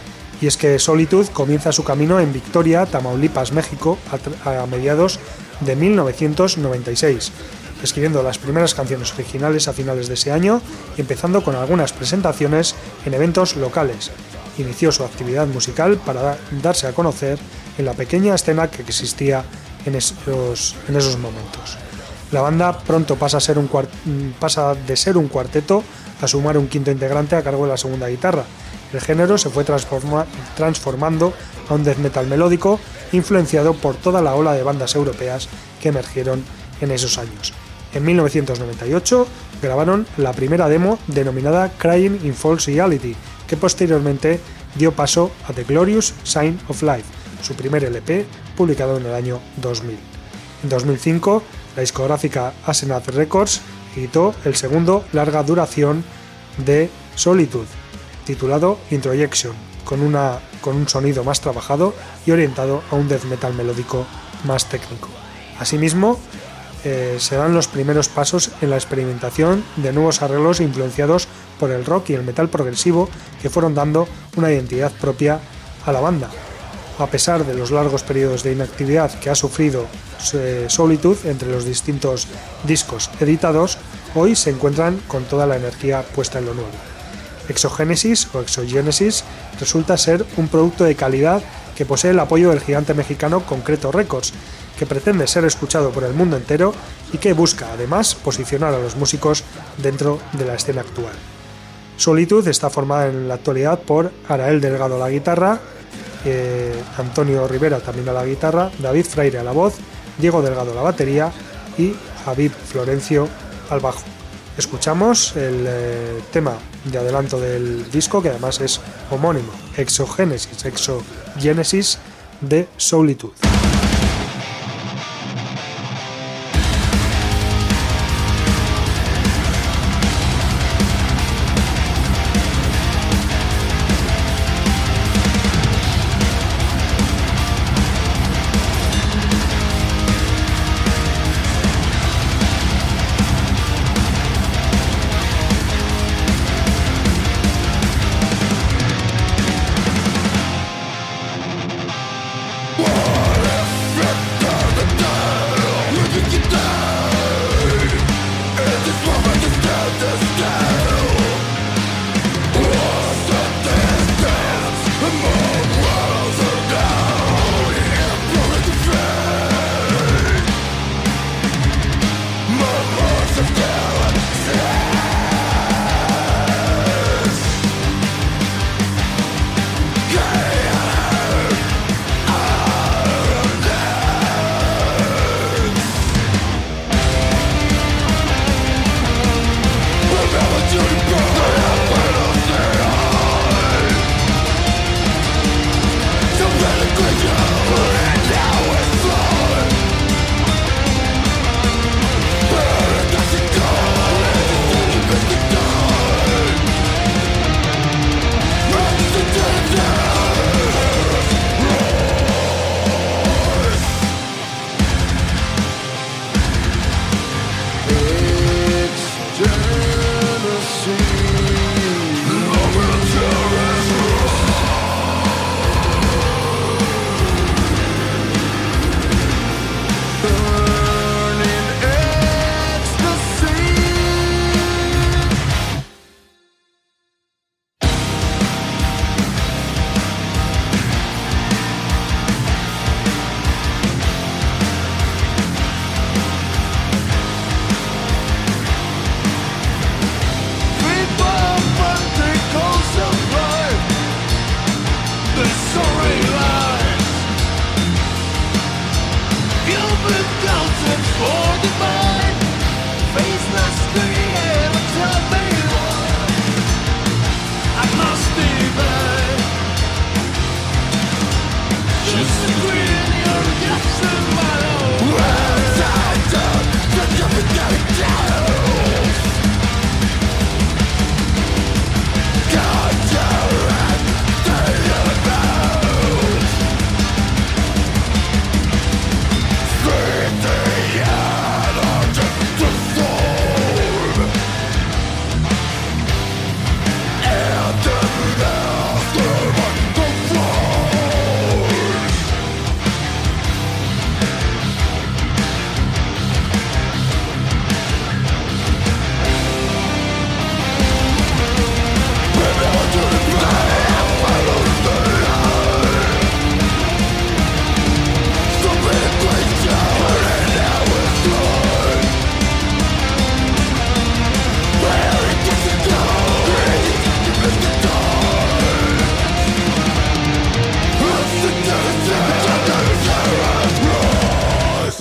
B: Y es que Solitude comienza su camino en Victoria, Tamaulipas, México, a, a mediados de mil novecientos noventa y seis, escribiendo las primeras canciones originales a finales de ese año y empezando con algunas presentaciones en eventos locales. Inició su actividad musical para da, darse a conocer en la pequeña escena que existía en esos, en esos momentos. La banda pronto pasa, a ser un cuart, pasa de ser un cuarteto a sumar un quinto integrante a cargo de la segunda guitarra. El género se fue transforma, transformando a un death metal melódico influenciado por toda la ola de bandas europeas que emergieron en esos años. En mil novecientos noventa y ocho grabaron la primera demo denominada Crying in False Reality, que posteriormente dio paso a The Glorious Sign of Life, su primer L P publicado en el año dos mil. En dos mil cinco, la discográfica Asenath Records editó el segundo larga duración de Solitude, titulado Introjection, con, una, con un sonido más trabajado y orientado a un death metal melódico más técnico. Asimismo, eh, se dan los primeros pasos en la experimentación de nuevos arreglos influenciados por el rock y el metal progresivo que fueron dando una identidad propia a la banda. A pesar de los largos periodos de inactividad que ha sufrido eh, Solitude entre los distintos discos editados, hoy se encuentran con toda la energía puesta en lo nuevo. Exogénesis o Exogénesis resulta ser un producto de calidad que posee el apoyo del gigante mexicano Concreto Records, que pretende ser escuchado por el mundo entero y que busca además posicionar a los músicos dentro de la escena actual. Solitude está formada en la actualidad por Arael Delgado a la guitarra, eh, Antonio Rivera también a la guitarra, David Freire a la voz, Diego Delgado a la batería y Javid Florencio al bajo. Escuchamos el eh, tema de adelanto del disco, que además es homónimo, Exogénesis, Exogénesis de Solitude.
D: War!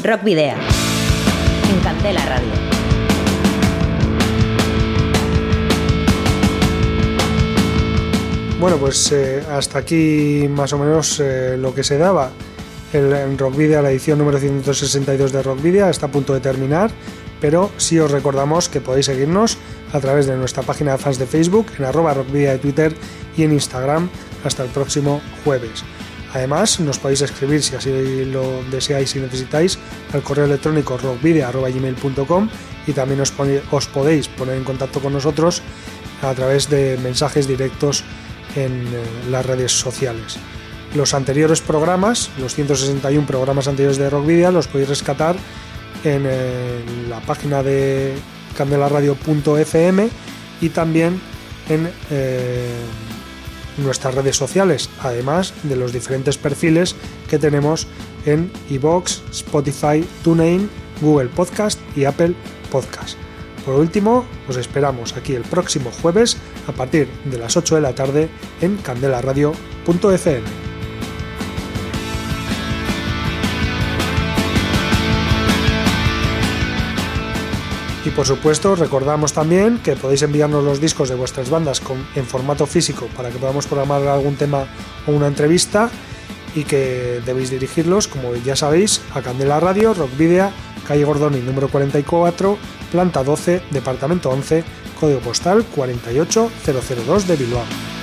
A: Rock Video, en Candela Radio.
B: Bueno, pues eh, hasta aquí más o menos eh, lo que se daba. El, en Rock Video, la edición número ciento sesenta y dos de Rock Video está a punto de terminar, pero sí os recordamos que podéis seguirnos a través de nuestra página de fans de Facebook, en arroba rockvidia de Twitter y en Instagram hasta el próximo jueves. Además, nos podéis escribir, si así lo deseáis y necesitáis, al correo electrónico rockvidia arroba gmail punto com, y también os, pone, os podéis poner en contacto con nosotros a través de mensajes directos en eh, las redes sociales. Los anteriores programas, los ciento sesenta y uno programas anteriores de Rock Video, los podéis rescatar en, eh, en la página de candelaradio punto efe eme y también en eh, nuestras redes sociales, además de los diferentes perfiles que tenemos en iVoox, Spotify, TuneIn, Google Podcast y Apple Podcast. Por último, os esperamos aquí el próximo jueves a partir de las ocho de la tarde en candelaradio punto efe eme. Y por supuesto, recordamos también que podéis enviarnos los discos de vuestras bandas con, en formato físico para que podamos programar algún tema o una entrevista, y que debéis dirigirlos, como ya sabéis, a Candela Radio, Rock Video, calle Gordoni número cuarenta y cuatro, planta doce, departamento once, código postal cuarenta y ocho mil dos de Bilbao.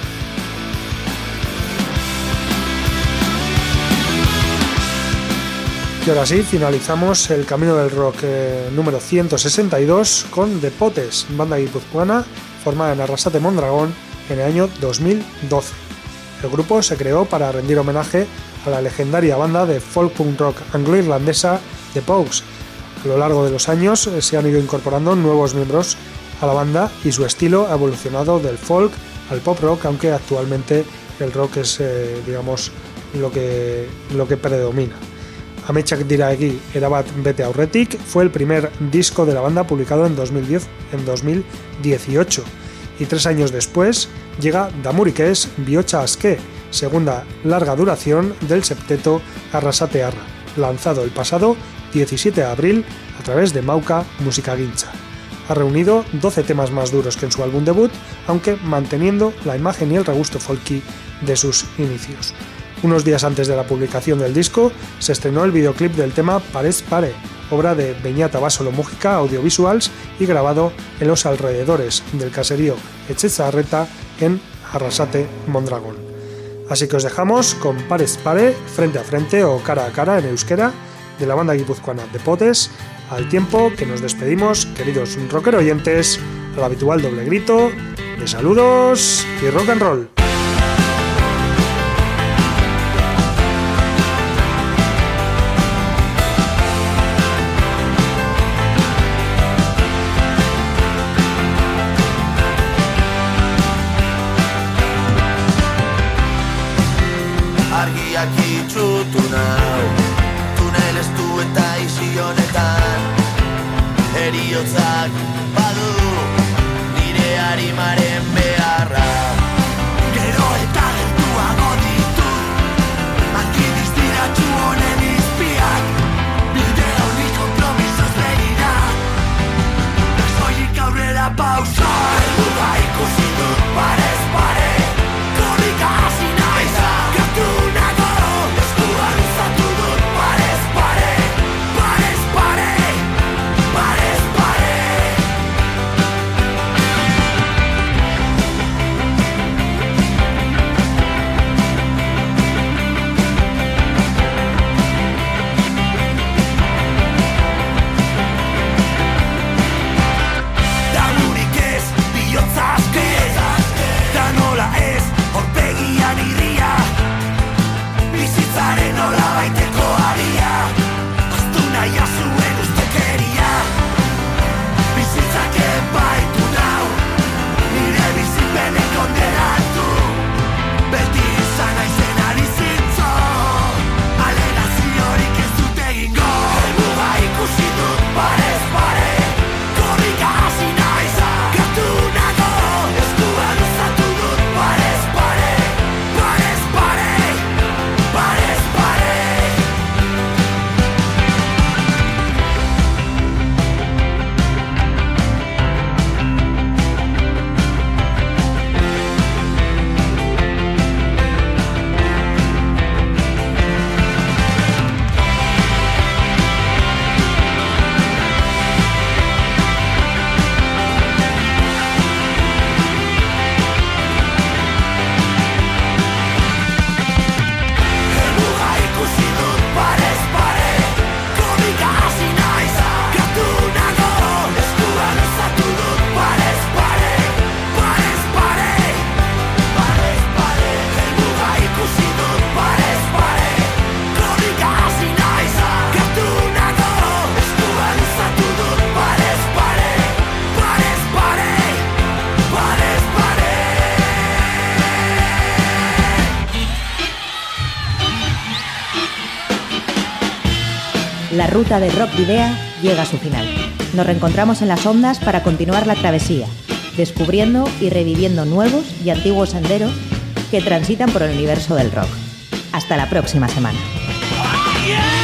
B: Y ahora sí, finalizamos el Camino del Rock eh, número ciento sesenta y dos con The Potes, banda guipuzcoana formada en Arrasate Mondragón en el año dos mil doce. El grupo se creó para rendir homenaje a la legendaria banda de folk punk rock anglo-irlandesa The Pogues. A lo largo de los años eh, se han ido incorporando nuevos miembros a la banda y su estilo ha evolucionado del folk al pop rock, aunque actualmente el rock es, eh, digamos, lo que, lo que predomina. Ametsak dira egi erabat bete aurretik fue el primer disco de la banda publicado en dos mil diez, en dos mil dieciocho, y tres años después llega Damurikez Bihotza Aske, segunda larga duración del septeto Arrasate Arra, lanzado el pasado diecisiete de abril a través de Mauka Musikagintza. Ha reunido doce temas más duros que en su álbum debut, aunque manteniendo la imagen y el regusto folky de sus inicios. Unos días antes de la publicación del disco, se estrenó el videoclip del tema Parez Pare, obra de Beñat Abasolo Mújica Audiovisuals y grabado en los alrededores del caserío Etxezarreta en Arrasate Mondragón. Así que os dejamos con Parez Pare, frente a frente o cara a cara en euskera, de la banda guipuzcoana The Potes, al tiempo que nos despedimos, queridos rocker oyentes, al habitual doble grito de saludos y rock and roll.
G: Itxutu nau, tunel estu eta isi honetan, heriotzak badu nire harimaren beharra. Gero eta gertuago ditut, makidiz diratxu honen izpiak, bide honi kompromisoz begira, soilik aurrera pausa. Helburua ikusi dut parez pare, kronika hasi naiz, gertu nago.
A: La ruta de Rock Video llega a su final. Nos reencontramos en las ondas para continuar la travesía, descubriendo y reviviendo nuevos y antiguos senderos que transitan por el universo del rock. Hasta la próxima semana.
D: Yeah!